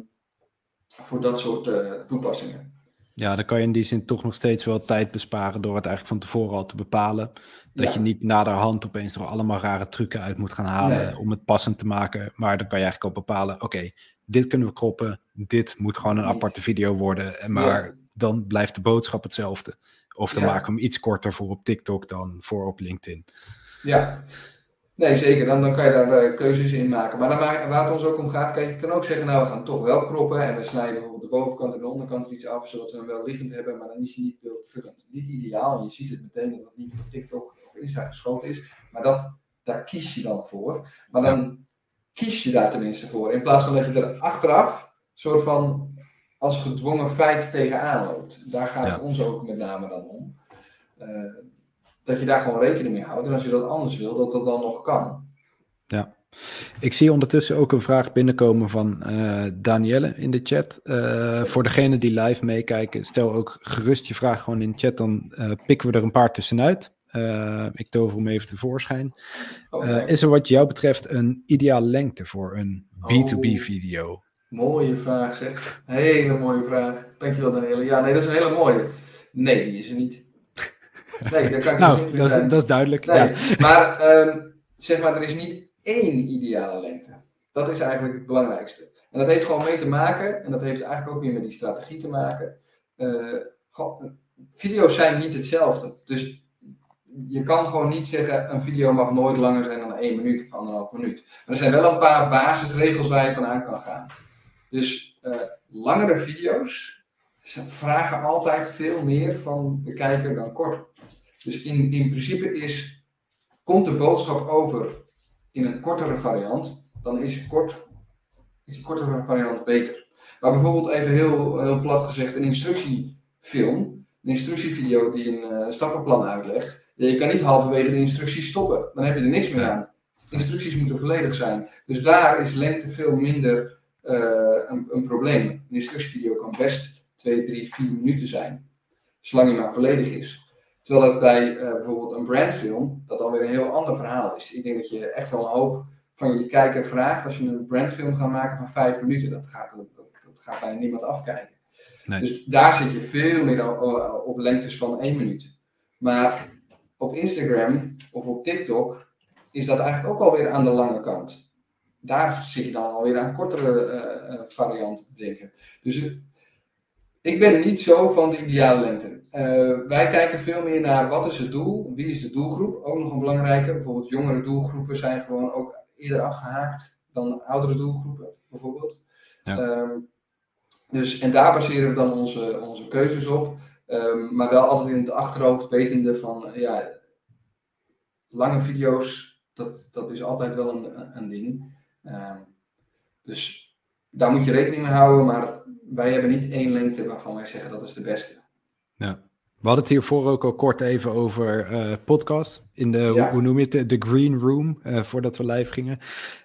Speaker 1: voor dat soort uh, toepassingen.
Speaker 2: Ja, dan kan je in die zin toch nog steeds wel tijd besparen door het eigenlijk van tevoren al te bepalen. Dat ja. je niet naderhand opeens er allemaal rare trucken uit moet gaan halen nee. om het passend te maken. Maar dan kan je eigenlijk al bepalen, oké, okay, dit kunnen we kroppen, dit moet gewoon een aparte video worden. Maar ja. dan blijft de boodschap hetzelfde. Of dan ja. maken we hem iets korter voor op TikTok dan voor op LinkedIn.
Speaker 1: Ja, nee zeker, dan, dan kan je daar uh, keuzes in maken. Maar dan, waar het ons ook om gaat, kijk, je kan ook zeggen, nou we gaan toch wel kroppen en we snijden bijvoorbeeld de bovenkant en de onderkant er iets af, zodat we hem wel liggend hebben, maar dan is hij niet beeldvullend. Niet ideaal, en je ziet het meteen dat het niet voor TikTok of Insta geschoten is, maar dat, daar kies je dan voor. Maar dan ja. kies je daar tenminste voor, in plaats van dat je er achteraf soort van als gedwongen feit tegenaan loopt. Daar gaat ja. het ons ook met name dan om. Uh, dat je daar gewoon rekening mee houdt en als je dat anders wil, dat dat dan nog kan.
Speaker 2: Ja. Ik zie ondertussen ook een vraag binnenkomen van uh, Danielle in de chat. Uh, voor degenen die live meekijken, stel ook gerust je vraag gewoon in de chat, dan uh, pikken we er een paar tussenuit. Uh, ik tover hem even tevoorschijn. Uh, is er wat jou betreft een ideale lengte voor een B twee B video?
Speaker 1: Oh, mooie vraag zeg. Hele mooie vraag. Dankjewel Danielle. Ja, nee, dat is een hele mooie. Nee, die is er niet. Nee, dat kan ik
Speaker 2: nou, niet dat, is, dat is duidelijk.
Speaker 1: Nee,
Speaker 2: ja.
Speaker 1: Maar um, zeg maar, er is niet één ideale lengte. Dat is eigenlijk het belangrijkste. En dat heeft gewoon mee te maken, en dat heeft eigenlijk ook weer met die strategie te maken. Uh, gewoon, video's zijn niet hetzelfde. Dus je kan gewoon niet zeggen, een video mag nooit langer zijn dan één minuut of anderhalf minuut. Maar er zijn wel een paar basisregels waar je van aan kan gaan. Dus uh, langere video's vragen altijd veel meer van de kijker dan kort. Dus in, in principe is, komt de boodschap over in een kortere variant, dan is, kort, is die kortere variant beter. Maar bijvoorbeeld even heel, heel plat gezegd, een instructiefilm, een instructievideo die een uh, stappenplan uitlegt. Ja, je kan niet halverwege de instructies stoppen, dan heb je er niks meer aan. Instructies moeten volledig zijn. Dus daar is lengte veel minder uh, een, een probleem. Een instructievideo kan best twee, drie, vier minuten zijn, zolang hij maar volledig is. Terwijl het bij uh, bijvoorbeeld een brandfilm, dat alweer een heel ander verhaal is. Ik denk dat je echt wel een hoop van je kijker vraagt als je een brandfilm gaat maken van vijf minuten. Dat gaat, dat, dat gaat bijna niemand afkijken. Nee. Dus daar zit je veel meer op, op lengtes van één minuut. Maar op Instagram of op TikTok is dat eigenlijk ook alweer aan de lange kant. Daar zit je dan alweer aan een kortere uh, variant te denken. Dus uh, ik ben niet zo van de ideale lengte. Uh, wij kijken veel meer naar wat is het doel, wie is de doelgroep, ook nog een belangrijke. Bijvoorbeeld jongere doelgroepen zijn gewoon ook eerder afgehaakt dan oudere doelgroepen, bijvoorbeeld. Ja. Um, dus, en daar baseren we dan onze, onze keuzes op. Um, maar wel altijd in het achterhoofd wetende van, uh, ja, lange video's, dat, dat is altijd wel een, een ding. Um, dus daar moet je rekening mee houden, maar wij hebben niet één lengte waarvan wij zeggen dat is de beste.
Speaker 2: Ja. We hadden het hiervoor ook al kort even over uh, podcast. In de, ja. hoe, hoe noem je het, de, de green room, uh, voordat we live gingen.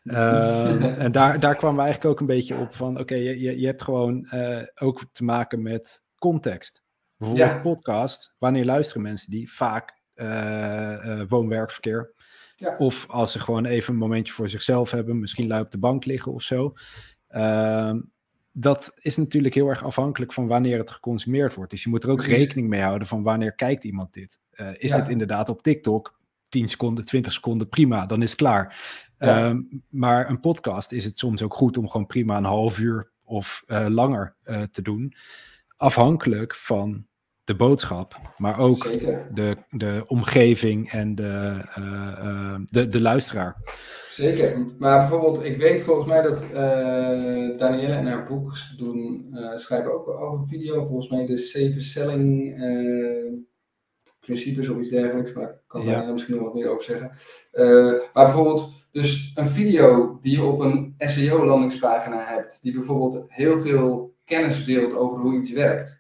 Speaker 2: Uh, en daar, daar kwamen we eigenlijk ook een beetje op van, oké, okay, je, je, je hebt gewoon uh, ook te maken met context. Bijvoorbeeld ja. podcast, wanneer luisteren mensen die? Vaak uh, uh, woon-werkverkeer. Ja. Of als ze gewoon even een momentje voor zichzelf hebben, misschien lui op de bank liggen of zo. Uh, dat is natuurlijk heel erg afhankelijk van wanneer het geconsumeerd wordt. Dus je moet er ook Precies. rekening mee houden van wanneer kijkt iemand dit. Uh, is ja. het inderdaad op TikTok tien seconden, twintig seconden, prima, dan is het klaar. Ja. Um, maar een podcast is het soms ook goed om gewoon prima een half uur of uh, langer uh, te doen. Afhankelijk van de boodschap, maar ook de, de omgeving en de, uh, uh, de, de luisteraar.
Speaker 1: Zeker, maar bijvoorbeeld, ik weet volgens mij dat uh, Danielle in haar boek doen, uh, schrijven ook over video, volgens mij de zeven selling uh, principes of iets dergelijks, maar ik kan ja. Danielle misschien nog wat meer over zeggen. Uh, maar bijvoorbeeld, dus een video die je op een S E O-landingspagina hebt, die bijvoorbeeld heel veel kennis deelt over hoe iets werkt,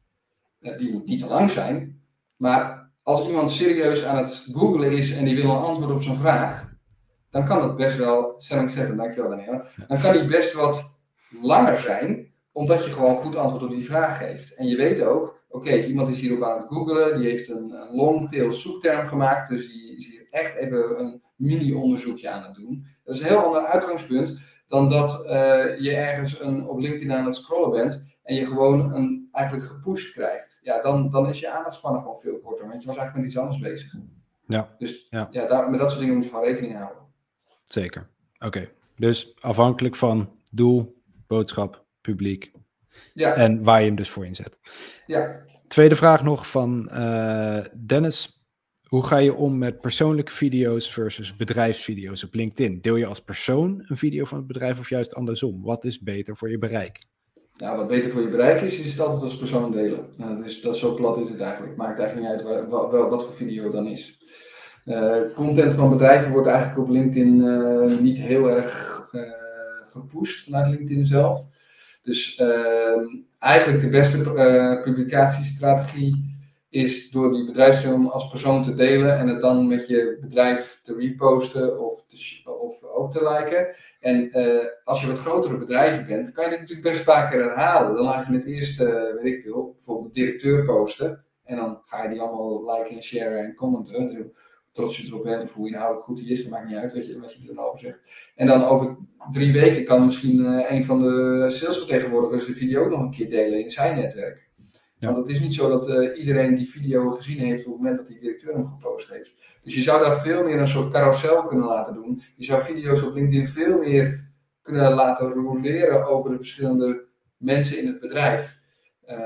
Speaker 1: die moet niet te lang zijn, maar als iemand serieus aan het googlen is en die wil een antwoord op zijn vraag, dan kan het best wel, selling seven, dankjewel Daniel, dan kan die best wat langer zijn, omdat je gewoon goed antwoord op die vraag geeft. En je weet ook, oké, okay, iemand is hierop aan het googlen, die heeft een, een long-tail zoekterm gemaakt, dus die is hier echt even een mini-onderzoekje aan het doen. Dat is een heel ander uitgangspunt dan dat uh, je ergens een, op LinkedIn aan het scrollen bent en je gewoon een, eigenlijk gepusht krijgt. Ja, dan, dan is je aandachtspannen gewoon veel korter, want je was eigenlijk met iets anders bezig.
Speaker 2: Ja.
Speaker 1: Dus
Speaker 2: ja.
Speaker 1: Ja, daar, met dat soort dingen moet je gewoon rekening houden.
Speaker 2: Zeker. Oké. Okay. Dus afhankelijk van doel, boodschap, publiek. Ja. En waar je hem dus voor inzet.
Speaker 1: Ja.
Speaker 2: Tweede vraag nog van uh, Dennis. Hoe ga je om met persoonlijke video's versus bedrijfsvideo's op LinkedIn? Deel je als persoon een video van het bedrijf of juist andersom? Wat is beter voor je bereik?
Speaker 1: Nou, wat beter voor je bereik is, is het altijd als persoon delen. Nou, dat is, dat is zo plat is het eigenlijk. Het maakt eigenlijk niet uit wat, wat, wat voor video het dan is. Uh, content van bedrijven wordt eigenlijk op LinkedIn uh, niet heel erg uh, gepusht vanuit LinkedIn zelf. Dus uh, eigenlijk de beste uh, publicatiestrategie is door die bedrijfsfilm als persoon te delen en het dan met je bedrijf te reposten of, te, of ook te liken. En uh, als je wat grotere bedrijven bent, kan je dit natuurlijk best vaker herhalen. Dan laat je het eerst, uh, weet ik veel, bijvoorbeeld de directeur posten en dan ga je die allemaal liken en sharen en commenten. Dus trots je erop bent of hoe inhoudelijk goed die is, dat maakt niet uit wat je, wat je er dan over zegt. En dan over drie weken kan misschien uh, een van de salesvertegenwoordigers de video ook nog een keer delen in zijn netwerk. Ja. Want het is niet zo dat uh, iedereen die video gezien heeft op het moment dat die directeur hem gepost heeft. Dus je zou daar veel meer een soort carousel kunnen laten doen. Je zou video's op LinkedIn veel meer kunnen laten roleren over de verschillende mensen in het bedrijf. Uh,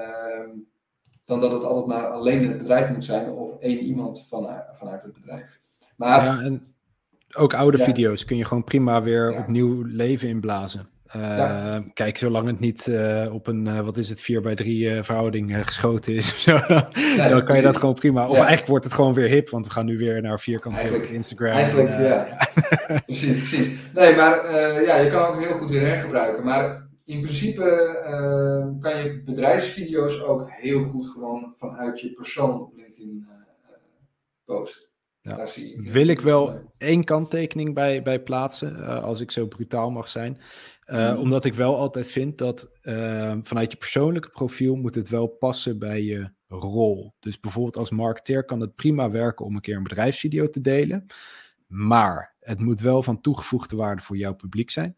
Speaker 1: dan dat het altijd maar alleen in het bedrijf moet zijn of één iemand van, vanuit het bedrijf. Maar,
Speaker 2: ja, en ook oude ja. video's kun je gewoon prima weer ja. opnieuw leven inblazen. Uh, ja. Kijk, zolang het niet uh, op een, uh, wat is het, vier bij drie uh, verhouding uh, geschoten is of zo, nee, dan kan precies. je dat gewoon prima. Of ja. eigenlijk wordt het gewoon weer hip, want we gaan nu weer naar vierkant op Instagram.
Speaker 1: Eigenlijk, en, uh, ja. ja. precies, precies. Nee, maar uh, ja, je kan ook heel goed weer hergebruiken. Maar in principe uh, kan je bedrijfsvideo's ook heel goed gewoon vanuit je persoon op LinkedIn uh, posten.
Speaker 2: Ja. Daar zie ik Wil ik wel één kanttekening bij, bij plaatsen, uh, als ik zo brutaal mag zijn. Uh, mm. Omdat ik wel altijd vind dat uh, vanuit je persoonlijke profiel moet het wel passen bij je rol. Dus bijvoorbeeld als marketeer kan het prima werken om een keer een bedrijfsvideo te delen. Maar het moet wel van toegevoegde waarde voor jouw publiek zijn.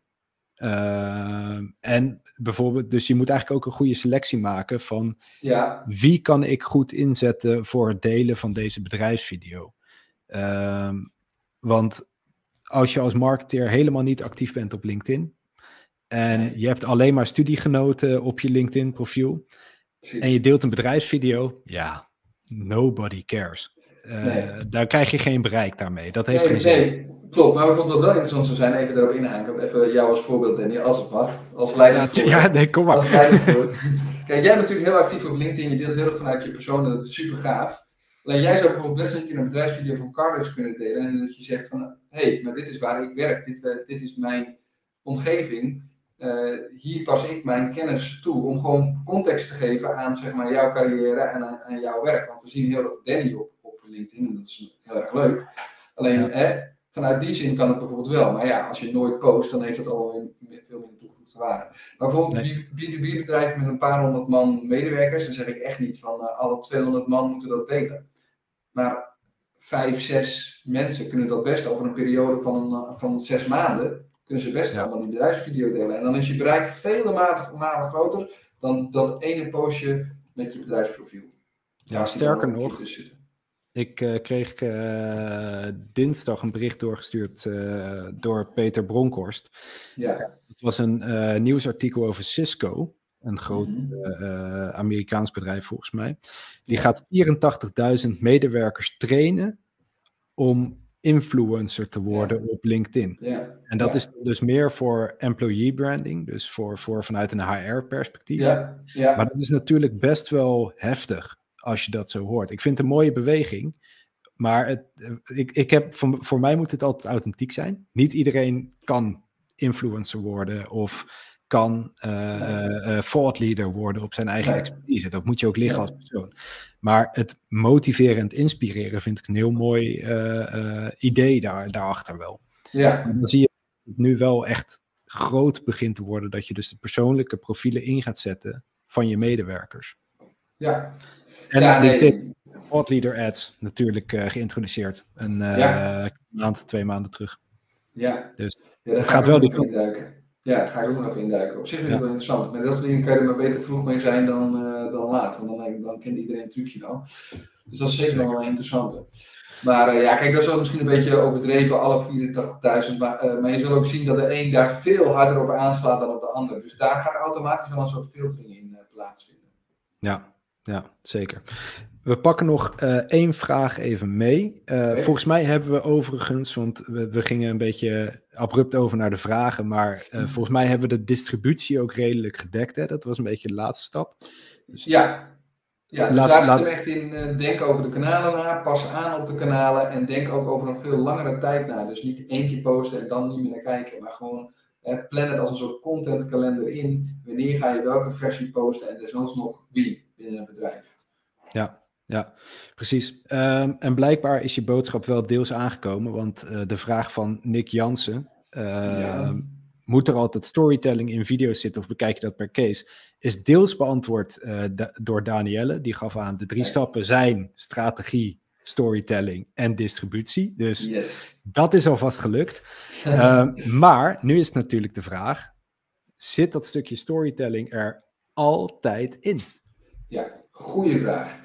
Speaker 2: Uh, en bijvoorbeeld, dus je moet eigenlijk ook een goede selectie maken van ja. wie kan ik goed inzetten voor het delen van deze bedrijfsvideo. Uh, want als je als marketeer helemaal niet actief bent op LinkedIn en nee. je hebt alleen maar studiegenoten op je LinkedIn profiel Precies. en je deelt een bedrijfsvideo, ja, nobody cares. uh,
Speaker 1: nee.
Speaker 2: daar krijg je geen bereik daarmee. Dat heeft
Speaker 1: nee,
Speaker 2: geen zin.
Speaker 1: Nee, klopt. Maar we vonden het wel interessant zou zijn, even daarop inhaken. Even jou als voorbeeld, Danny, als het mag. Als leidend
Speaker 2: Ja,
Speaker 1: voor.
Speaker 2: ja, nee, kom maar.
Speaker 1: Als leidend voor. Kijk, jij bent natuurlijk heel actief op LinkedIn. Je deelt heel erg vanuit je persoon. Dat is super gaaf. Alleen jij zou bijvoorbeeld best een keer een bedrijfsvideo van Cardus kunnen delen. En dat je zegt van, hé, hey, maar dit is waar ik werk. Dit, uh, dit is mijn omgeving. Uh, hier pas ik mijn kennis toe. Om gewoon context te geven aan zeg maar, jouw carrière en aan, aan jouw werk. Want we zien heel erg Danny op, op LinkedIn. En dat is heel erg leuk. Alleen, ja. hè, vanuit die zin kan het bijvoorbeeld wel. Maar ja, als je nooit post, dan heeft dat al veel minder toegevoegde waarde. Maar bijvoorbeeld nee. B twee B bedrijven met een paar honderd man medewerkers. Dan zeg ik echt niet van uh, alle tweehonderd man moeten dat delen. Maar vijf, zes mensen kunnen dat best over een periode van, een, van zes maanden. Kunnen ze best ja. allemaal die bedrijfsvideo delen. En dan is je bereik vele malen groter dan dat ene postje met je bedrijfsprofiel.
Speaker 2: Ja, sterker nog, ik uh, kreeg uh, dinsdag een bericht doorgestuurd uh, door Peter Bronkhorst.
Speaker 1: Ja.
Speaker 2: Het was een uh, nieuwsartikel over Cisco, een groot mm-hmm. uh, Amerikaans bedrijf volgens mij. Die ja. gaat vierentachtigduizend medewerkers trainen om influencer te worden ja. op LinkedIn.
Speaker 1: Ja.
Speaker 2: En dat
Speaker 1: ja.
Speaker 2: is dus meer voor employee branding, dus voor, voor vanuit een H R-perspectief.
Speaker 1: Ja. Ja.
Speaker 2: Maar dat is natuurlijk best wel heftig als je dat zo hoort. Ik vind het een mooie beweging, maar het, ik, ik heb, voor, voor mij moet het altijd authentiek zijn. Niet iedereen kan influencer worden of kan uh, nee. uh, thought leader worden op zijn eigen nee. expertise. Dat moet je ook liggen ja. als persoon. Maar het motiveren en het inspireren vind ik een heel mooi uh, uh, idee daar, daarachter wel.
Speaker 1: Ja.
Speaker 2: En dan zie je dat het nu wel echt groot begint te worden, dat je dus de persoonlijke profielen in gaat zetten van je medewerkers.
Speaker 1: Ja.
Speaker 2: En
Speaker 1: ja,
Speaker 2: LinkedIn,
Speaker 1: nee.
Speaker 2: thought leader ads natuurlijk uh, geïntroduceerd. Een uh,
Speaker 1: ja.
Speaker 2: maand, twee maanden terug.
Speaker 1: Ja.
Speaker 2: Dus
Speaker 1: ja, dat
Speaker 2: het gaat wel die kant.
Speaker 1: Induiken. Ja, daar ga ik ook nog even induiken. Op zich vind ik het ja. wel interessant. Met dat soort dingen kan je er maar beter vroeg mee zijn dan, uh, dan laat. Want dan, dan kent iedereen een trucje wel. Dus dat is zeker nog wel een interessante. Maar uh, ja, kijk, dat is wel misschien een beetje overdreven, alle vierentachtigduizend. Maar, uh, maar je zult ook zien dat de een daar veel harder op aanslaat dan op de ander. Dus daar gaat automatisch wel een soort filtering in uh, plaatsvinden.
Speaker 2: Ja, ja, zeker. We pakken nog uh, één vraag even mee. Uh, okay. Volgens mij hebben we overigens, want we, we gingen een beetje abrupt over naar de vragen, maar uh, volgens mij hebben we de distributie ook redelijk gedekt. Hè? Dat was een beetje de laatste stap.
Speaker 1: Dus, ja, ja dus laat, daar laat... zit hem echt in, uh, denk over de kanalen na, pas aan op de kanalen en denk ook over een veel langere tijd na. Dus niet één keer posten en dan niet meer naar kijken, maar gewoon uh, plan het als een soort contentkalender in. Wanneer ga je welke versie posten en desnoods nog wie binnen een bedrijf.
Speaker 2: Ja. Ja, precies. Um, en blijkbaar is je boodschap wel deels aangekomen, want uh, de vraag van Nick Jansen, uh, ja. moet er altijd storytelling in video's zitten of bekijk je dat per case, is deels beantwoord uh, da- door Danielle. Die gaf aan, de drie okay. stappen zijn strategie, storytelling en distributie. Dus
Speaker 1: yes.
Speaker 2: dat is alvast gelukt. uh, maar nu is natuurlijk de vraag, zit dat stukje storytelling er altijd in?
Speaker 1: Ja, goede vraag.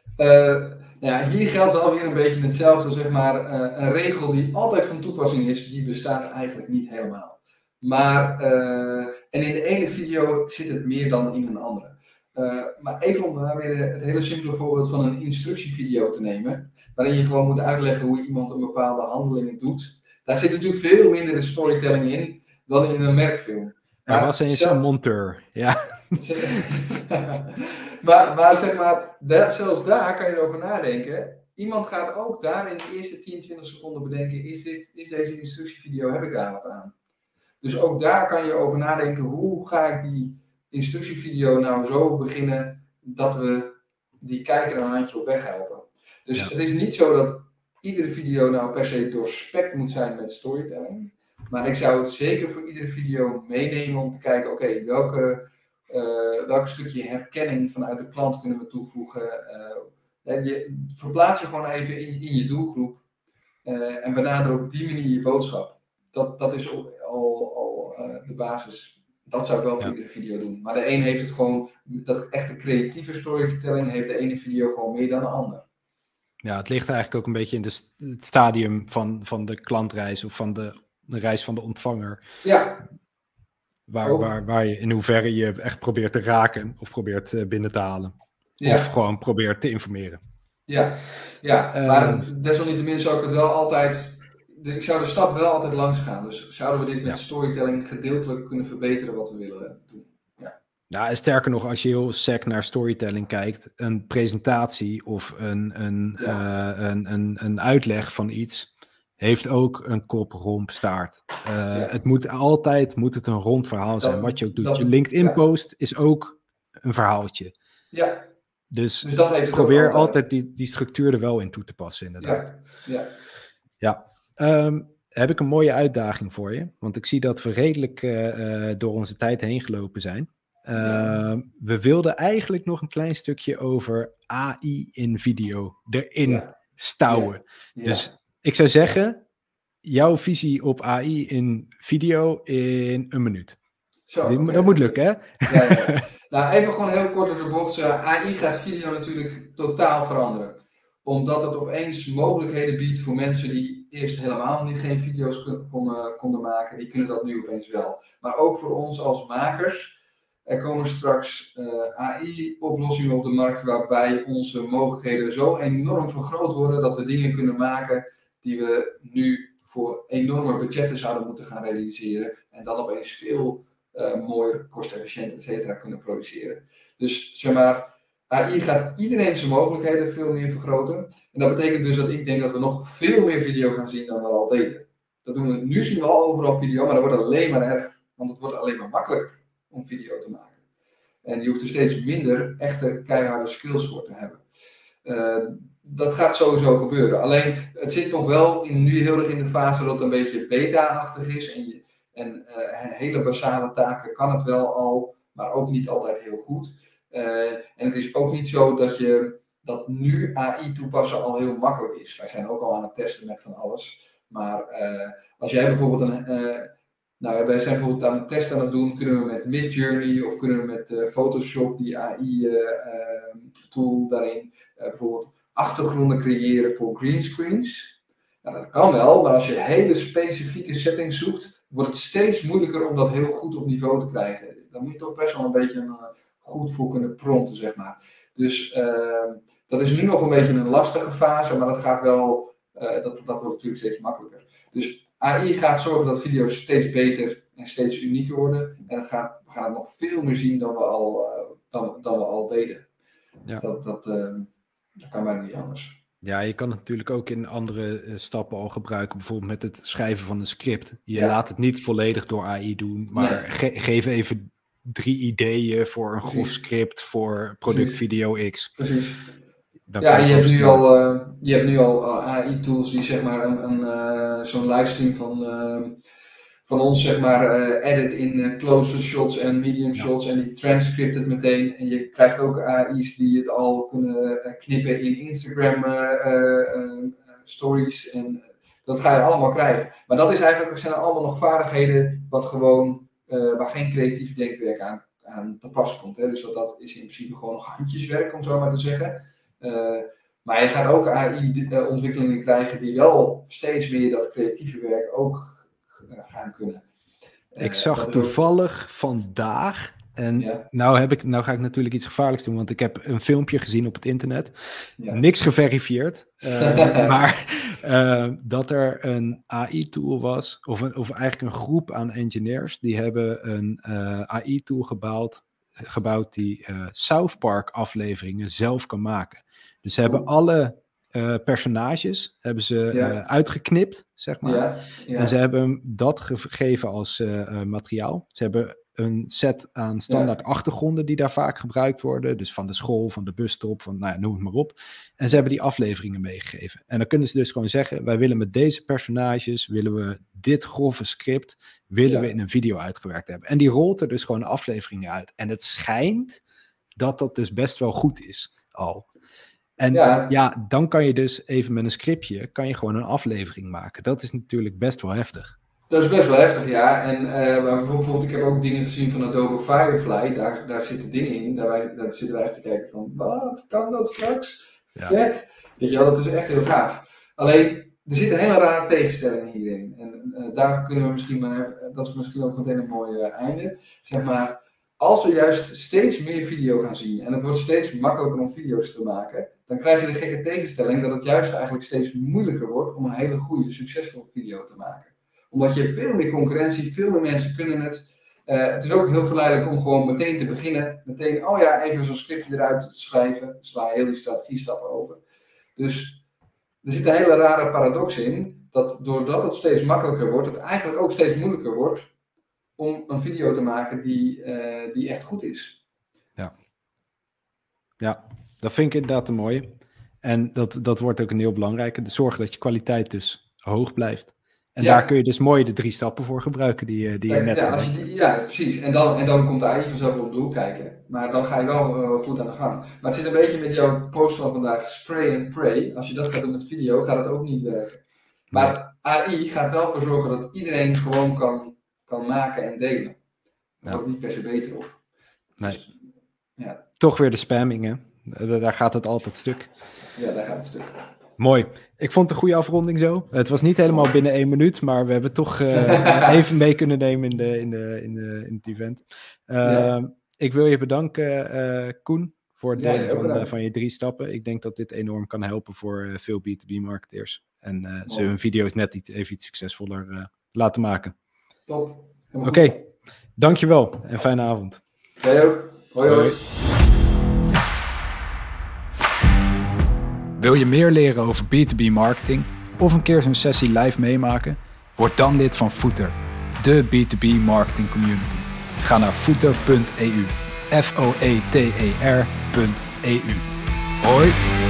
Speaker 1: Uh, ja, hier geldt wel weer een beetje hetzelfde, zeg maar, uh, een regel die altijd van toepassing is, die bestaat eigenlijk niet helemaal. Maar, uh, en in de ene video zit het meer dan in een andere. Uh, maar even om uh, weer het hele simpele voorbeeld van een instructievideo te nemen, waarin je gewoon moet uitleggen hoe iemand een bepaalde handelingen doet. Daar zit natuurlijk veel minder de storytelling in dan in een merkfilm.
Speaker 2: Er was eens zelf... een monteur, ja.
Speaker 1: maar, maar zeg maar, dat, zelfs daar kan je over nadenken. Iemand gaat ook daar in de eerste tien, twintig seconden bedenken, is, dit, is deze instructievideo, heb ik daar wat aan? Dus ook daar kan je over nadenken, hoe ga ik die instructievideo nou zo beginnen, dat we die kijker een handje op weg helpen. Dus ja. Het is niet zo dat iedere video nou per se doorspekt moet zijn met storytelling. Maar ik zou het zeker voor iedere video meenemen om te kijken, oké, okay, welke, uh, welk stukje herkenning vanuit de klant kunnen we toevoegen. Uh, je, verplaats je gewoon even in, in je doelgroep uh, en benader op die manier je boodschap. Dat, dat is al, al, al uh, de basis. Dat zou ik wel voor ja. iedere video doen. Maar de een heeft het gewoon, dat echte creatieve storytelling heeft de ene video gewoon meer dan de ander.
Speaker 2: Ja, het ligt eigenlijk ook een beetje in de st- het stadium van, van de klantreis of van de, de reis van de ontvanger.
Speaker 1: Ja.
Speaker 2: Waar, waar, waar je in hoeverre je echt probeert te raken of probeert uh, binnen te halen. Ja. Of gewoon probeert te informeren.
Speaker 1: Ja, ja.
Speaker 2: Uh,
Speaker 1: maar desalniettemin zou ik het wel altijd, ik zou de stap wel altijd langs gaan. Dus zouden we dit met ja. storytelling gedeeltelijk kunnen verbeteren wat we willen doen. Ja.
Speaker 2: Nou, sterker nog, als je heel sec naar storytelling kijkt, een presentatie of een, een, ja. uh, een, een, een uitleg van iets heeft ook een kop, romp, staart. Uh, ja. Het moet altijd moet het een rond verhaal zijn, dat, wat je ook doet. Dat, je LinkedIn-post ja. is ook een verhaaltje.
Speaker 1: Ja.
Speaker 2: Dus,
Speaker 1: dus dat heeft
Speaker 2: probeer
Speaker 1: altijd,
Speaker 2: altijd die, die structuur er wel in toe te passen, inderdaad.
Speaker 1: Ja. ja.
Speaker 2: ja. Um, heb ik een mooie uitdaging voor je, want ik zie dat we redelijk uh, uh, door onze tijd heen gelopen zijn. Uh, ja. We wilden eigenlijk nog een klein stukje over A I in video erin ja. stouwen. Ja. Ja. Dus ik zou zeggen, jouw visie op A I in video in een minuut.
Speaker 1: Zo,
Speaker 2: Die,
Speaker 1: okay.
Speaker 2: Dat moet lukken, hè?
Speaker 1: Ja, ja. Nou, even gewoon heel kort door de bocht. A I gaat video natuurlijk totaal veranderen. Omdat het opeens mogelijkheden biedt voor mensen die eerst helemaal niet geen video's konden, konden maken. Die kunnen dat nu opeens wel. Maar ook voor ons als makers. Er komen straks uh, A I-oplossingen op de markt waarbij onze mogelijkheden zo enorm vergroot worden dat we dingen kunnen maken die we nu voor enorme budgetten zouden moeten gaan realiseren. En dan opeens veel uh, mooier, kostefficiënt, et cetera kunnen produceren. Dus zeg maar, A I gaat iedereen zijn mogelijkheden veel meer vergroten. En dat betekent dus dat ik denk dat we nog veel meer video gaan zien dan we al deden. Dat doen we, nu zien we al overal video, maar dat wordt alleen maar erger. Want het wordt alleen maar makkelijker om video te maken. En je hoeft er steeds minder echte keiharde skills voor te hebben. Uh, dat gaat sowieso gebeuren. Alleen, het zit nog wel in, nu heel erg in de fase dat het een beetje beta-achtig is. En, je, en uh, hele basale taken kan het wel al, maar ook niet altijd heel goed. Uh, en het is ook niet zo dat je dat nu A I toepassen al heel makkelijk is. Wij zijn ook al aan het testen met van alles. Maar uh, als jij bijvoorbeeld een... Uh, Nou, wij zijn bijvoorbeeld aan het testen aan het doen, kunnen we met Midjourney of kunnen we met uh, Photoshop, die A I-tool uh, uh, daarin, uh, bijvoorbeeld achtergronden creëren voor greenscreens. Nou, dat kan wel, maar als je hele specifieke settings zoekt, wordt het steeds moeilijker om dat heel goed op niveau te krijgen. Daar moet je toch best wel een beetje uh, goed voor kunnen prompten, zeg maar. Dus uh, dat is nu nog een beetje een lastige fase, maar dat gaat wel, uh, dat, dat wordt natuurlijk steeds makkelijker. Dus A I gaat zorgen dat video's steeds beter en steeds unieker worden. En het gaat, we gaan het nog veel meer zien dan we al, uh, dan, dan we al deden. Ja. Dat, dat, uh, dat kan bijna niet anders.
Speaker 2: Ja, je kan het natuurlijk ook in andere uh, stappen al gebruiken. Bijvoorbeeld met het schrijven van een script. Je ja. laat het niet volledig door A I doen. Maar nee. ge- geef even drie ideeën voor een grof script voor productvideo X.
Speaker 1: Precies. Dan ja, je hebt, nu al, uh, je hebt nu al uh, A I-tools die zeg maar een, een, uh, zo'n livestream van, uh, van ons zeg maar uh, edit in uh, close shots en medium ja. shots en die transcript het meteen. En je krijgt ook A I's die het al kunnen uh, knippen in Instagram uh, uh, uh, stories en dat ga je allemaal krijgen. Maar dat is eigenlijk, zijn allemaal nog vaardigheden wat gewoon, uh, waar geen creatief denkwerk aan, aan te pas komt. Hè? Dus dat, dat is in principe gewoon nog handjeswerk om zo maar te zeggen. Uh, maar je gaat ook A I-ontwikkelingen krijgen die wel steeds meer dat creatieve werk ook uh, gaan kunnen.
Speaker 2: Uh, ik zag toevallig ook... vandaag, en ja. nou, heb ik, nou ga ik natuurlijk iets gevaarlijks doen, want ik heb een filmpje gezien op het internet, ja. niks geverifieerd, uh, maar uh, dat er een A I-tool was, of, een, of eigenlijk een groep aan engineers, die hebben een uh, A I-tool gebouwd, gebouwd die uh, South Park afleveringen zelf kan maken. Dus ze hebben alle uh, personages hebben ze ja. uh, uitgeknipt, zeg maar. Ja, ja. En ze hebben dat gegeven als uh, uh, materiaal. Ze hebben een set aan standaard ja. achtergronden die daar vaak gebruikt worden. Dus van de school, van de busstop, van nou ja, noem het maar op. En ze hebben die afleveringen meegegeven. En dan kunnen ze dus gewoon zeggen, wij willen met deze personages, willen we dit grove script, willen ja. we in een video uitgewerkt hebben. En die rolt er dus gewoon afleveringen uit. En het schijnt dat dat dus best wel goed is al. En ja. ja, dan kan je dus even met een scriptje, kan je gewoon een aflevering maken. Dat is natuurlijk best wel heftig.
Speaker 1: Dat is best wel heftig, ja. En uh, bijvoorbeeld, ik heb ook dingen gezien van Adobe Firefly. Daar, daar zitten dingen in. Daar, wij, daar zitten wij echt te kijken van, wat kan dat straks? Ja. Vet! Weet je wel, dat is echt heel gaaf. Alleen, er zitten hele rare tegenstellingen hierin. En uh, daar kunnen we misschien maar, dat is misschien ook meteen een mooi uh, einde. Zeg maar, als we juist steeds meer video gaan zien en het wordt steeds makkelijker om video's te maken, dan krijg je de gekke tegenstelling dat het juist eigenlijk steeds moeilijker wordt om een hele goede, succesvolle video te maken. Omdat je hebt veel meer concurrentie, veel meer mensen kunnen het. Uh, het is ook heel verleidelijk om gewoon meteen te beginnen. Meteen, oh ja, even zo'n scriptje eruit te schrijven. Sla heel die strategiestappen over. Dus er zit een hele rare paradox in. Dat doordat het steeds makkelijker wordt, het eigenlijk ook steeds moeilijker wordt om een video te maken die, uh, die echt goed is.
Speaker 2: Ja. Ja, dat vind ik inderdaad een mooie. En dat, dat wordt ook een heel belangrijke. Zorgen dat je kwaliteit dus hoog blijft. En ja. daar kun je dus mooi de drie stappen voor gebruiken die, die je
Speaker 1: ja,
Speaker 2: net
Speaker 1: ja, als je die, ja, precies. En dan, en dan komt de A I vanzelf op de hoek kijken. Maar dan ga je wel uh, goed aan de gang. Maar het zit een beetje met jouw post van vandaag, spray and pray. Als je dat gaat doen met video, gaat het ook niet werken. Maar nee. A I gaat wel voor zorgen dat iedereen gewoon kan, kan maken en delen. Daar wordt ja. niet per se beter op.
Speaker 2: Nee.
Speaker 1: Dus, ja.
Speaker 2: Toch weer de spamming, hè? Daar gaat het altijd stuk.
Speaker 1: Ja, daar gaat het stuk.
Speaker 2: Mooi. Ik vond het een goede afronding zo. Het was niet helemaal binnen één minuut, maar we hebben toch uh, even mee kunnen nemen in, de, in, de, in, de, in het event. Uh, ja. Ik wil je bedanken, uh, Koen, voor het delen ja, van, uh, van je drie stappen. Ik denk dat dit enorm kan helpen voor uh, veel B twee B marketeers. En uh, ze hun video's net iets, even iets succesvoller uh, laten maken.
Speaker 1: Top.
Speaker 2: Oké, okay. Dankjewel en fijne avond.
Speaker 1: Jij ook. Hoi hoi. hoi.
Speaker 2: Wil je meer leren over B twee B marketing of een keer zo'n sessie live meemaken? Word dan lid van Footer, de B twee B marketing community. Ga naar footer punt e u, F O E T E R punt E U. Hoi!